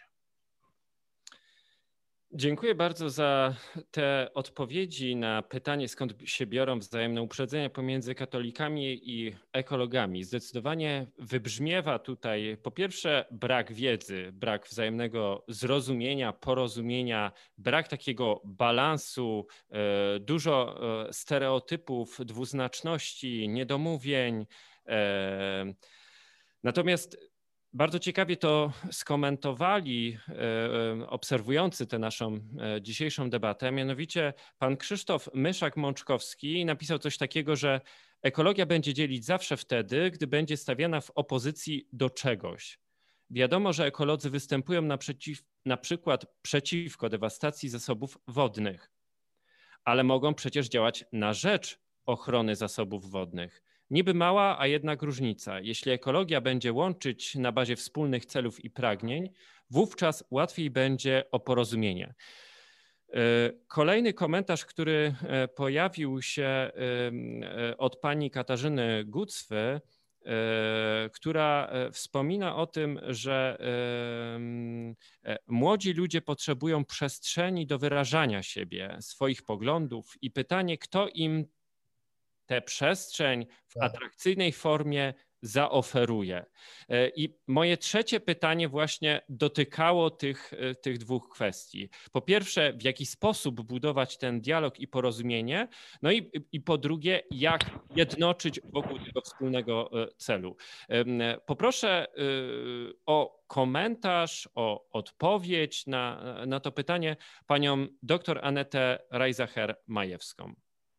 Dziękuję bardzo za te odpowiedzi na pytanie, skąd się biorą wzajemne uprzedzenia pomiędzy katolikami i ekologami. Zdecydowanie wybrzmiewa tutaj po pierwsze brak wiedzy, brak wzajemnego zrozumienia, porozumienia, brak takiego balansu, dużo stereotypów, dwuznaczności, niedomówień. Natomiast bardzo ciekawie to skomentowali obserwujący tę naszą dzisiejszą debatę, mianowicie pan Krzysztof Myszak-Mączkowski napisał coś takiego, że ekologia będzie dzielić zawsze wtedy, gdy będzie stawiana w opozycji do czegoś. Wiadomo, że ekolodzy występują na przykład przeciwko dewastacji zasobów wodnych, ale mogą przecież działać na rzecz ochrony zasobów wodnych. Niby mała, a jednak różnica. Jeśli ekologia będzie łączyć na bazie wspólnych celów i pragnień, wówczas łatwiej będzie o porozumienie. Kolejny komentarz, który pojawił się od pani Katarzyny Gucwy, która wspomina o tym, że młodzi ludzie potrzebują przestrzeni do wyrażania siebie, swoich poglądów i pytanie, kto im tę przestrzeń w atrakcyjnej formie zaoferuje. I moje trzecie pytanie właśnie dotykało tych dwóch kwestii. Po pierwsze, w jaki sposób budować ten dialog i porozumienie, no i po drugie, jak jednoczyć wokół tego wspólnego celu. Poproszę o komentarz, o odpowiedź na to pytanie panią dr Anetę Rajzacher-Majewską.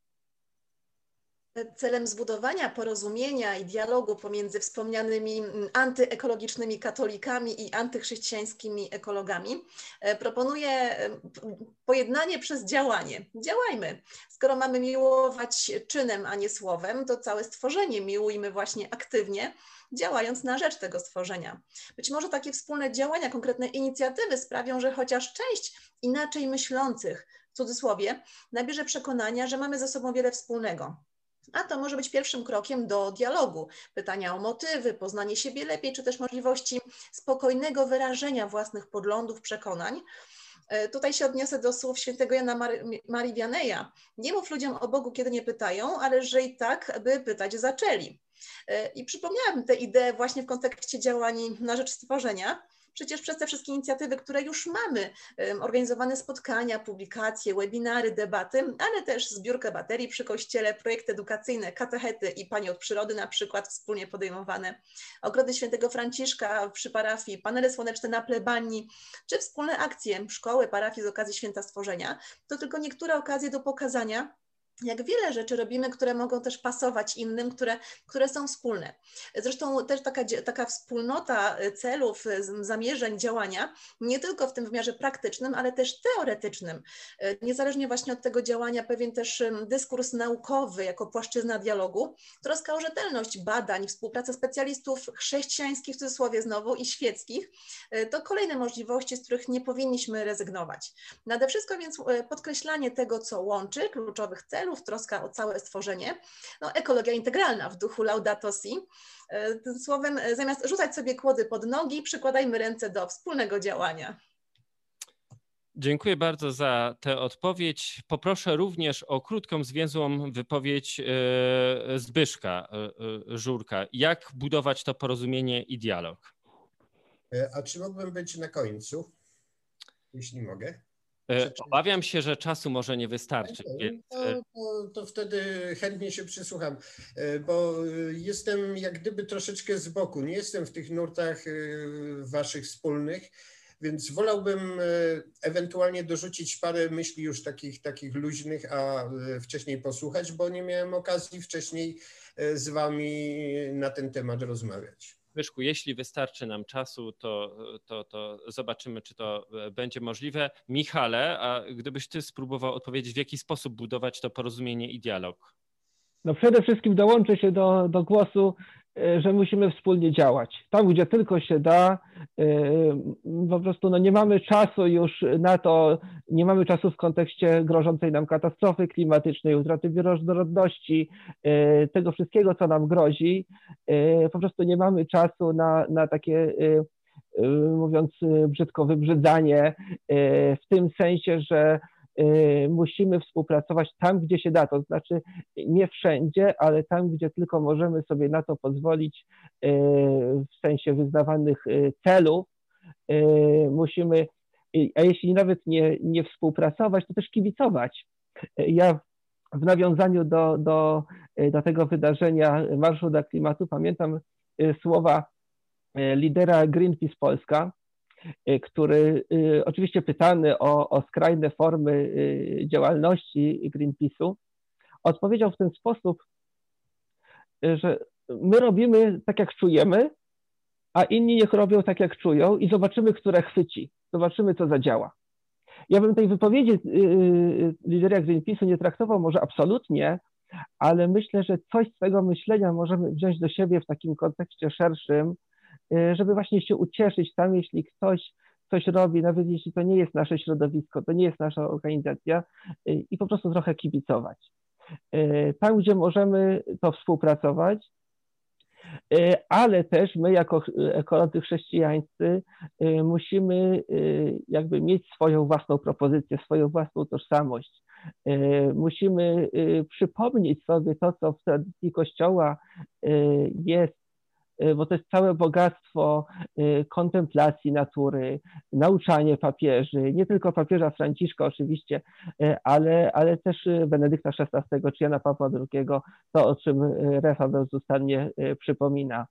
Celem zbudowania porozumienia i dialogu pomiędzy wspomnianymi antyekologicznymi katolikami i antychrześcijańskimi ekologami proponuję pojednanie przez działanie. Działajmy. Skoro mamy miłować czynem, a nie słowem, to całe stworzenie miłujmy właśnie aktywnie, działając na rzecz tego stworzenia. Być może takie wspólne działania, konkretne inicjatywy sprawią, że chociaż część inaczej myślących, w cudzysłowie, nabierze przekonania, że mamy ze sobą wiele wspólnego. A to może być pierwszym krokiem do dialogu, pytania o motywy, poznanie siebie lepiej, czy też możliwości spokojnego wyrażenia własnych poglądów, przekonań. Tutaj się odniosę do słów świętego Jana Marii Vianneya. Nie mów ludziom o Bogu, kiedy nie pytają, ale że i tak, by pytać zaczęli. I przypomniałam tę ideę właśnie w kontekście działań na rzecz stworzenia. Przecież przez te wszystkie inicjatywy, które już mamy, organizowane spotkania, publikacje, webinary, debaty, ale też zbiórkę baterii przy kościele, projekty edukacyjne, katechety i Panie od Przyrody na przykład wspólnie podejmowane, ogrody świętego Franciszka przy parafii, panele słoneczne na plebanii, czy wspólne akcje szkoły, parafii z okazji Święta Stworzenia, to tylko niektóre okazje do pokazania, jak wiele rzeczy robimy, które mogą też pasować innym, które są wspólne. Zresztą też taka wspólnota celów, zamierzeń, działania, nie tylko w tym wymiarze praktycznym, ale też teoretycznym. Niezależnie właśnie od tego działania pewien też dyskurs naukowy jako płaszczyzna dialogu, troska o rzetelność badań, współpraca specjalistów chrześcijańskich w cudzysłowie znowu i świeckich, to kolejne możliwości, z których nie powinniśmy rezygnować. Nade wszystko więc podkreślanie tego, co łączy, kluczowych celów, celów, troska o całe stworzenie. No, ekologia integralna w duchu Laudato Si. Tym słowem, zamiast rzucać sobie kłody pod nogi, przykładajmy ręce do wspólnego działania. Dziękuję bardzo za tę odpowiedź. Poproszę również o krótką, zwięzłą wypowiedź Zbyszka Żurka. Jak budować to porozumienie i dialog? A czy mógłbym być na końcu, jeśli mogę? Obawiam się, że czasu może nie wystarczyć. Więc... To wtedy chętnie się przysłucham, bo jestem jak gdyby troszeczkę z boku. Nie jestem w tych nurtach waszych wspólnych, więc wolałbym ewentualnie dorzucić parę myśli już takich luźnych, a wcześniej posłuchać, bo nie miałem okazji wcześniej z wami na ten temat rozmawiać. Zbyszku, jeśli wystarczy nam czasu, to zobaczymy, czy to będzie możliwe. Michale, a gdybyś ty spróbował odpowiedzieć, w jaki sposób budować to porozumienie i dialog? No przede wszystkim dołączę się do głosu, że musimy wspólnie działać. Tam, gdzie tylko się da, po prostu no nie mamy czasu już na to, nie mamy czasu w kontekście grożącej nam katastrofy klimatycznej, utraty bioróżnorodności, tego wszystkiego, co nam grozi. Po prostu nie mamy czasu na takie, mówiąc brzydko, wybrzydzanie, w tym sensie, że musimy współpracować tam, gdzie się da, to znaczy nie wszędzie, ale tam, gdzie tylko możemy sobie na to pozwolić w sensie wyznawanych celów, musimy, a jeśli nawet nie współpracować, to też kibicować. Ja w nawiązaniu do tego wydarzenia Marszu dla Klimatu pamiętam słowa lidera Greenpeace Polska, który oczywiście pytany o skrajne formy działalności Greenpeace'u, odpowiedział w ten sposób, że my robimy tak, jak czujemy, a inni niech robią tak, jak czują i zobaczymy, które chwyci, zobaczymy, co zadziała. Ja bym tej wypowiedzi lidera Greenpeace'u nie traktował może absolutnie, ale myślę, że coś z tego myślenia możemy wziąć do siebie w takim kontekście szerszym, żeby właśnie się ucieszyć tam, jeśli ktoś coś robi, nawet jeśli to nie jest nasze środowisko, to nie jest nasza organizacja i po prostu trochę kibicować. Tam, gdzie możemy, to współpracować, ale też my jako ekolodzy chrześcijańscy musimy jakby mieć swoją własną propozycję, swoją własną tożsamość. Musimy przypomnieć sobie to, co w tradycji Kościoła jest, bo to jest całe bogactwo kontemplacji natury, nauczanie papieży, nie tylko papieża Franciszka oczywiście, ale też Benedykta XVI czy Jana Pawła II, to o czym Refa bezustannie przypomina.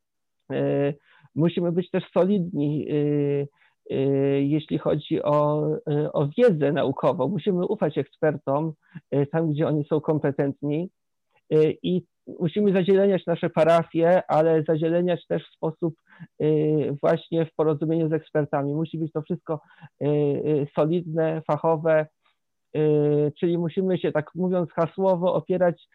Musimy być też solidni, jeśli chodzi o wiedzę naukową. Musimy ufać ekspertom tam, gdzie oni są kompetentni i musimy zazieleniać nasze parafie, ale zazieleniać też w sposób właśnie w porozumieniu z ekspertami. Musi być to wszystko solidne, fachowe, czyli musimy się, tak mówiąc hasłowo, opierać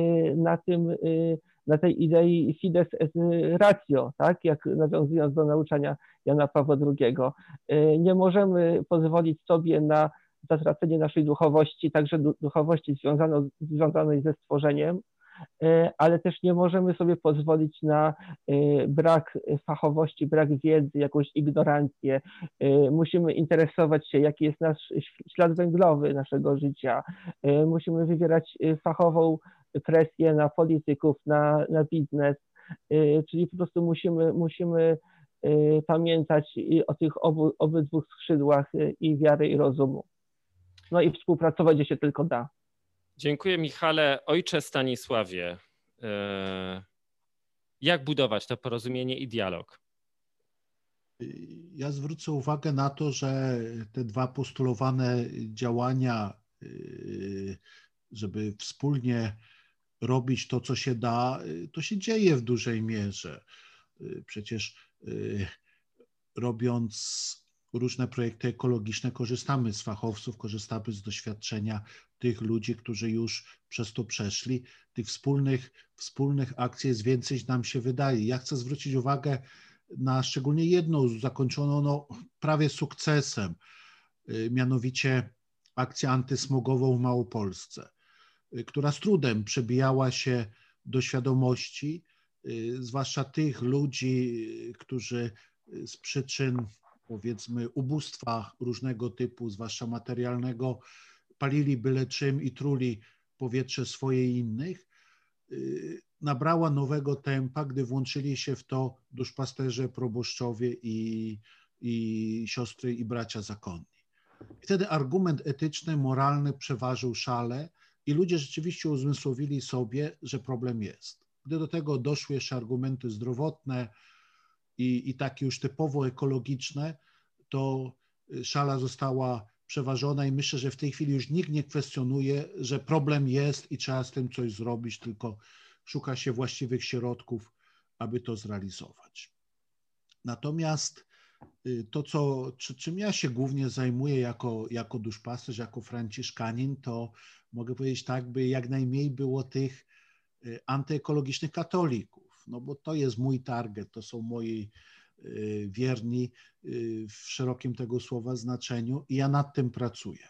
na tej idei fides et ratio, tak, jak nawiązując do nauczania Jana Pawła II. Nie możemy pozwolić sobie na zatracenie naszej duchowości, także duchowości związanej ze stworzeniem, ale też nie możemy sobie pozwolić na brak fachowości, brak wiedzy, jakąś ignorancję. Musimy interesować się, jaki jest nasz ślad węglowy naszego życia. Musimy wywierać fachową presję na polityków, na biznes, czyli po prostu musimy pamiętać o tych obydwu skrzydłach i wiary, i rozumu. No i współpracować, gdzie się tylko da. Dziękuję, Michale. Ojcze Stanisławie, jak budować to porozumienie i dialog? Ja zwrócę uwagę na to, że te dwa postulowane działania, żeby wspólnie robić to, co się da, to się dzieje w dużej mierze. Przecież robiąc różne projekty ekologiczne, korzystamy z fachowców, korzystamy z doświadczenia tych ludzi, którzy już przez to przeszli. Tych wspólnych akcji jest więcej, niż nam się wydaje. Ja chcę zwrócić uwagę na szczególnie jedną zakończoną prawie sukcesem, mianowicie akcję antysmogową w Małopolsce. która z trudem przebijała się do świadomości, zwłaszcza tych ludzi, którzy z przyczyn, powiedzmy, ubóstwa różnego typu, zwłaszcza materialnego, palili byle czym i truli powietrze swoje i innych, nabrała nowego tempa, gdy włączyli się w to duszpasterze, proboszczowie i siostry i bracia zakonni. Wtedy argument etyczny, moralny przeważył szale i ludzie rzeczywiście uzmysłowili sobie, że problem jest. Gdy do tego doszły jeszcze argumenty zdrowotne i takie już typowo ekologiczne, to szala została przeważona i myślę, że w tej chwili już nikt nie kwestionuje, że problem jest i trzeba z tym coś zrobić, tylko szuka się właściwych środków, aby to zrealizować. Natomiast to, czym ja się głównie zajmuję jako duszpasterz, jako franciszkanin, to mogę powiedzieć tak, by jak najmniej było tych antyekologicznych katolików, no bo to jest mój target, to są moi wierni w szerokim tego słowa znaczeniu i ja nad tym pracuję.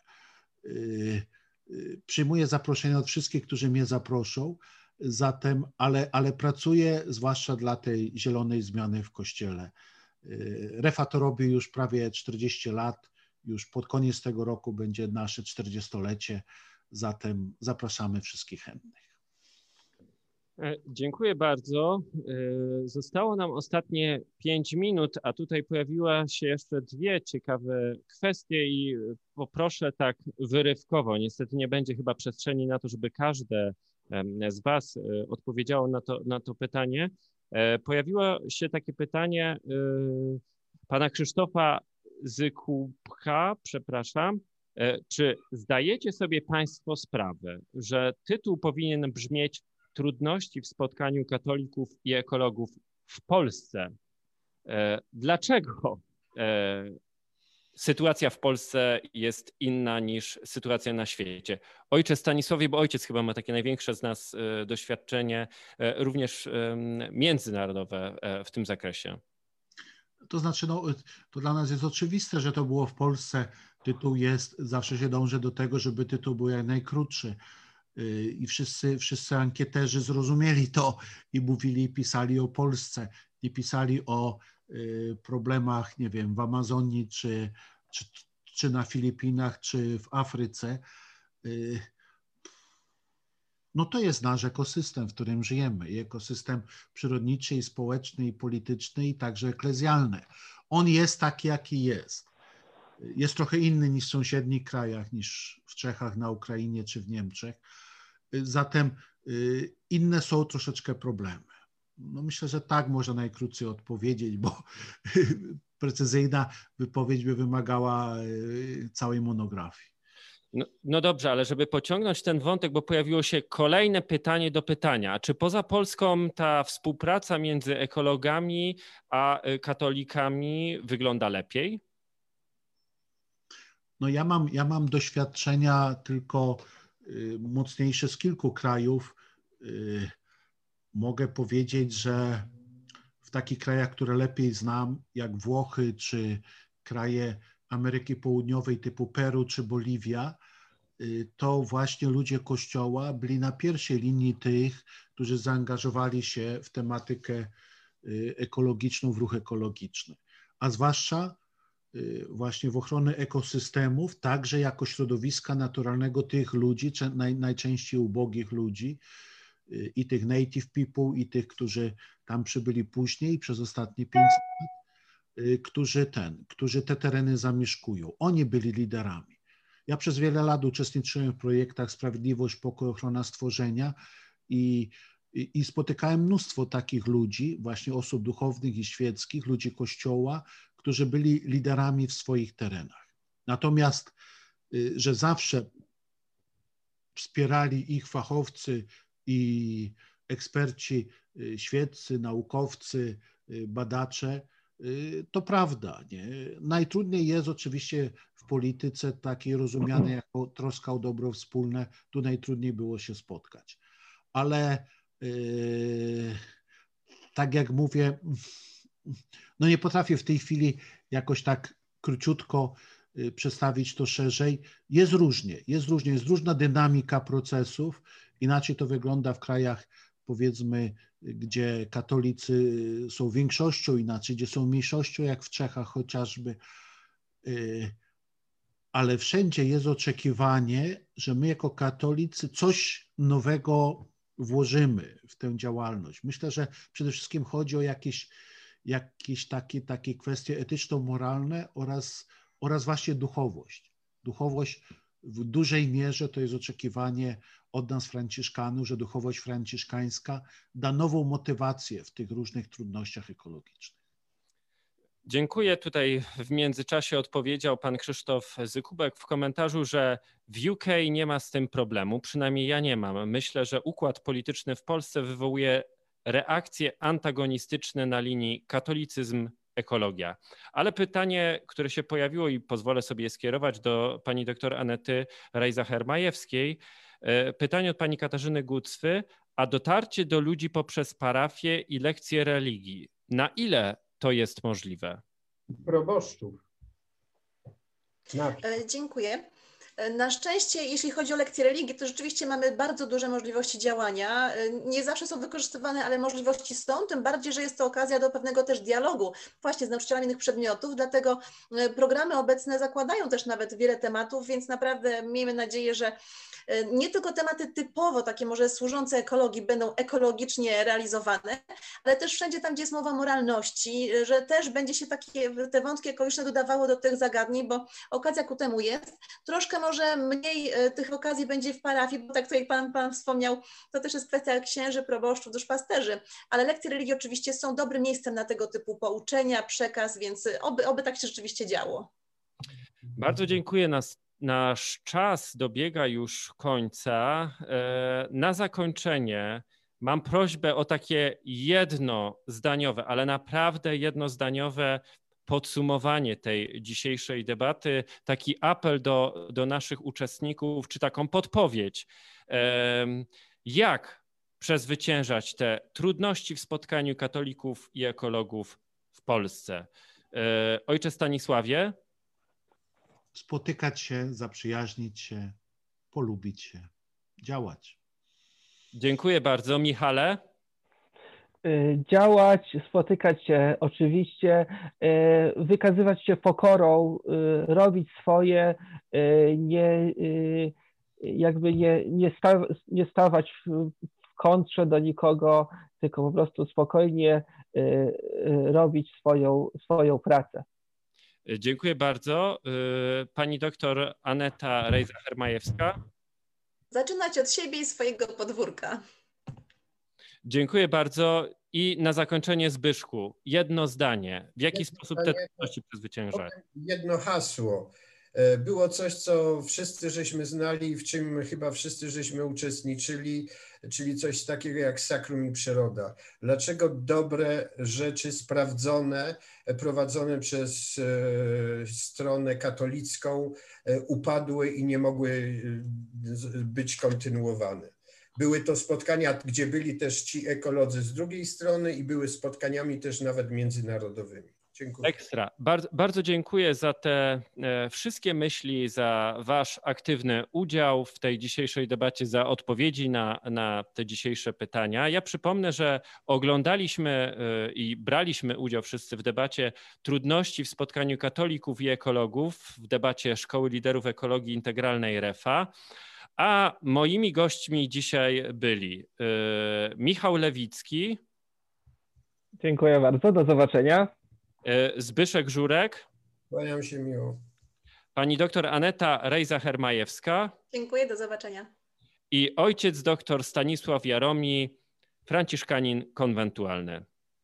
Przyjmuję zaproszenia od wszystkich, którzy mnie zaproszą, zatem, ale pracuję zwłaszcza dla tej zielonej zmiany w Kościele. Refa to robi już prawie 40 lat, już pod koniec tego roku będzie nasze 40-lecie, zatem zapraszamy wszystkich chętnych. Dziękuję bardzo. Zostało nam ostatnie 5 minut, a tutaj pojawiła się jeszcze dwie ciekawe kwestie i poproszę tak wyrywkowo. Niestety nie będzie chyba przestrzeni na to, żeby każde z Was odpowiedziało na to pytanie. Pojawiło się takie pytanie pana Krzysztofa Zykupcha, przepraszam. Czy zdajecie sobie Państwo sprawę, że tytuł powinien brzmieć Trudności w spotkaniu katolików i ekologów w Polsce? Dlaczego sytuacja w Polsce jest inna niż sytuacja na świecie? Ojcze Stanisławie, bo ojciec chyba ma takie największe z nas doświadczenie, również międzynarodowe w tym zakresie. To znaczy, no, to dla nas jest oczywiste, że to było w Polsce. Tytuł jest, zawsze się dąży do tego, żeby tytuł był jak najkrótszy. I wszyscy ankieterzy zrozumieli to i mówili, i pisali o Polsce, nie pisali o problemach, nie wiem, w Amazonii, czy na Filipinach, czy w Afryce. No to jest nasz ekosystem, w którym żyjemy, i ekosystem przyrodniczy, i społeczny, i polityczny, i także eklezjalny. On jest taki, jaki jest. Jest trochę inny niż w sąsiednich krajach, niż w Czechach, na Ukrainie czy w Niemczech. Zatem inne są troszeczkę problemy. No myślę, że tak można najkrócej odpowiedzieć, bo precyzyjna wypowiedź by wymagała całej monografii. No dobrze, ale żeby pociągnąć ten wątek, bo pojawiło się kolejne pytanie do pytania. Czy poza Polską ta współpraca między ekologami a katolikami wygląda lepiej? No ja mam doświadczenia tylko mocniejsze z kilku krajów. Mogę powiedzieć, że w takich krajach, które lepiej znam, jak Włochy czy kraje Ameryki Południowej typu Peru czy Boliwia, to właśnie ludzie Kościoła byli na pierwszej linii tych, którzy zaangażowali się w tematykę ekologiczną, w ruch ekologiczny, a zwłaszcza właśnie w ochronę ekosystemów, także jako środowiska naturalnego tych ludzi, najczęściej ubogich ludzi, i tych native people, i tych, którzy tam przybyli później przez ostatnie 500 lat, którzy te tereny zamieszkują. Oni byli liderami. Ja przez wiele lat uczestniczyłem w projektach Sprawiedliwość, Pokój, Ochrona Stworzenia i spotykałem mnóstwo takich ludzi, właśnie osób duchownych i świeckich, ludzi Kościoła, którzy byli liderami w swoich terenach. Natomiast, że zawsze wspierali ich fachowcy i eksperci świeccy, naukowcy, badacze, to prawda. Nie? Najtrudniej jest oczywiście w polityce takiej rozumianej jako troska o dobro wspólne, tu najtrudniej było się spotkać. Ale tak jak mówię, no nie potrafię w tej chwili jakoś tak króciutko przedstawić to szerzej. Jest różnie, jest różna dynamika procesów. Inaczej to wygląda w krajach, powiedzmy, gdzie katolicy są większością, inaczej, gdzie są mniejszością, jak w Czechach chociażby. Ale wszędzie jest oczekiwanie, że my jako katolicy coś nowego włożymy w tę działalność. Myślę, że przede wszystkim chodzi o jakieś takie kwestie etyczno-moralne oraz właśnie duchowość. Duchowość w dużej mierze to jest oczekiwanie od nas franciszkanów, że duchowość franciszkańska da nową motywację w tych różnych trudnościach ekologicznych. Dziękuję. Tutaj w międzyczasie odpowiedział pan Krzysztof Zykubek w komentarzu, że w UK nie ma z tym problemu, przynajmniej ja nie mam. Myślę, że układ polityczny w Polsce wywołuje reakcje antagonistyczne na linii katolicyzm-ekologia. Ale pytanie, które się pojawiło i pozwolę sobie je skierować do pani doktor Anety Rejzacher-Majewskiej. Pytanie od pani Katarzyny Gucwy, a dotarcie do ludzi poprzez parafię i lekcje religii, na ile to jest możliwe? Proboszczów. Dziękuję. Na szczęście, jeśli chodzi o lekcje religii, to rzeczywiście mamy bardzo duże możliwości działania. Nie zawsze są wykorzystywane, ale możliwości są, tym bardziej, że jest to okazja do pewnego też dialogu właśnie z nauczycielami innych przedmiotów, dlatego programy obecne zakładają też nawet wiele tematów, więc naprawdę miejmy nadzieję, że nie tylko tematy typowo takie może służące ekologii będą ekologicznie realizowane, ale też wszędzie tam, gdzie jest mowa o moralności, że też będzie się te wątki ekologiczne dodawało do tych zagadnień, bo okazja ku temu jest. Troszkę może mniej tych okazji będzie w parafii, bo tak jak pan wspomniał, to też jest kwestia księży, proboszczów, duszpasterzy, ale lekcje religii oczywiście są dobrym miejscem na tego typu pouczenia, przekaz, więc oby tak się rzeczywiście działo. Bardzo dziękuję. Nasz czas dobiega już końca. Na zakończenie mam prośbę o takie jednozdaniowe, ale naprawdę jednozdaniowe podsumowanie tej dzisiejszej debaty, taki apel do naszych uczestników, czy taką podpowiedź, jak przezwyciężać te trudności w spotkaniu katolików i ekologów w Polsce. Ojcze Stanisławie? Spotykać się, zaprzyjaźnić się, polubić się, działać. Dziękuję bardzo. Michale? Działać, spotykać się oczywiście, wykazywać się pokorą, robić swoje, nie stawać w kontrze do nikogo, tylko po prostu spokojnie robić swoją pracę. Dziękuję bardzo. Pani doktor Aneta Rejzacher-Majewska. Zaczynać od siebie i swojego podwórka. Dziękuję bardzo. I na zakończenie Zbyszku, jedno zdanie. W jaki sposób te trudności przezwyciężać? Jedno hasło. Było coś, co wszyscy żeśmy znali i w czym chyba wszyscy żeśmy uczestniczyli, czyli coś takiego jak sakrum i przyroda. Dlaczego dobre rzeczy sprawdzone, prowadzone przez stronę katolicką upadły i nie mogły być kontynuowane? Były to spotkania, gdzie byli też ci ekolodzy z drugiej strony i były spotkaniami też nawet międzynarodowymi. Dziękuję. Ekstra. Bardzo dziękuję za te wszystkie myśli, za wasz aktywny udział w tej dzisiejszej debacie, za odpowiedzi na te dzisiejsze pytania. Ja przypomnę, że oglądaliśmy i braliśmy udział wszyscy w debacie trudności w spotkaniu katolików i ekologów w debacie Szkoły Liderów Ekologii Integralnej REFA. A moimi gośćmi dzisiaj byli Michał Lewicki. Dziękuję bardzo, do zobaczenia. Zbyszek Żurek. Kłaniam się miło. Pani doktor Aneta Rejzacher-Majewska. Dziękuję, do zobaczenia. I ojciec doktor Stanisław Jaromi, franciszkanin konwentualny.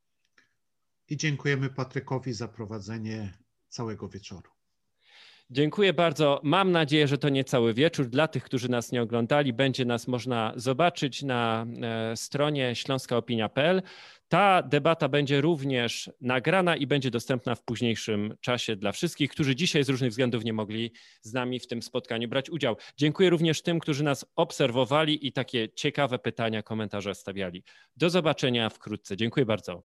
I dziękujemy Patrykowi za prowadzenie całego wieczoru. Dziękuję bardzo. Mam nadzieję, że to nie cały wieczór. Dla tych, którzy nas nie oglądali, będzie nas można zobaczyć na stronie śląskaopinia.pl. Ta debata będzie również nagrana i będzie dostępna w późniejszym czasie dla wszystkich, którzy dzisiaj z różnych względów nie mogli z nami w tym spotkaniu brać udział. Dziękuję również tym, którzy nas obserwowali i takie ciekawe pytania, komentarze stawiali. Do zobaczenia wkrótce. Dziękuję bardzo.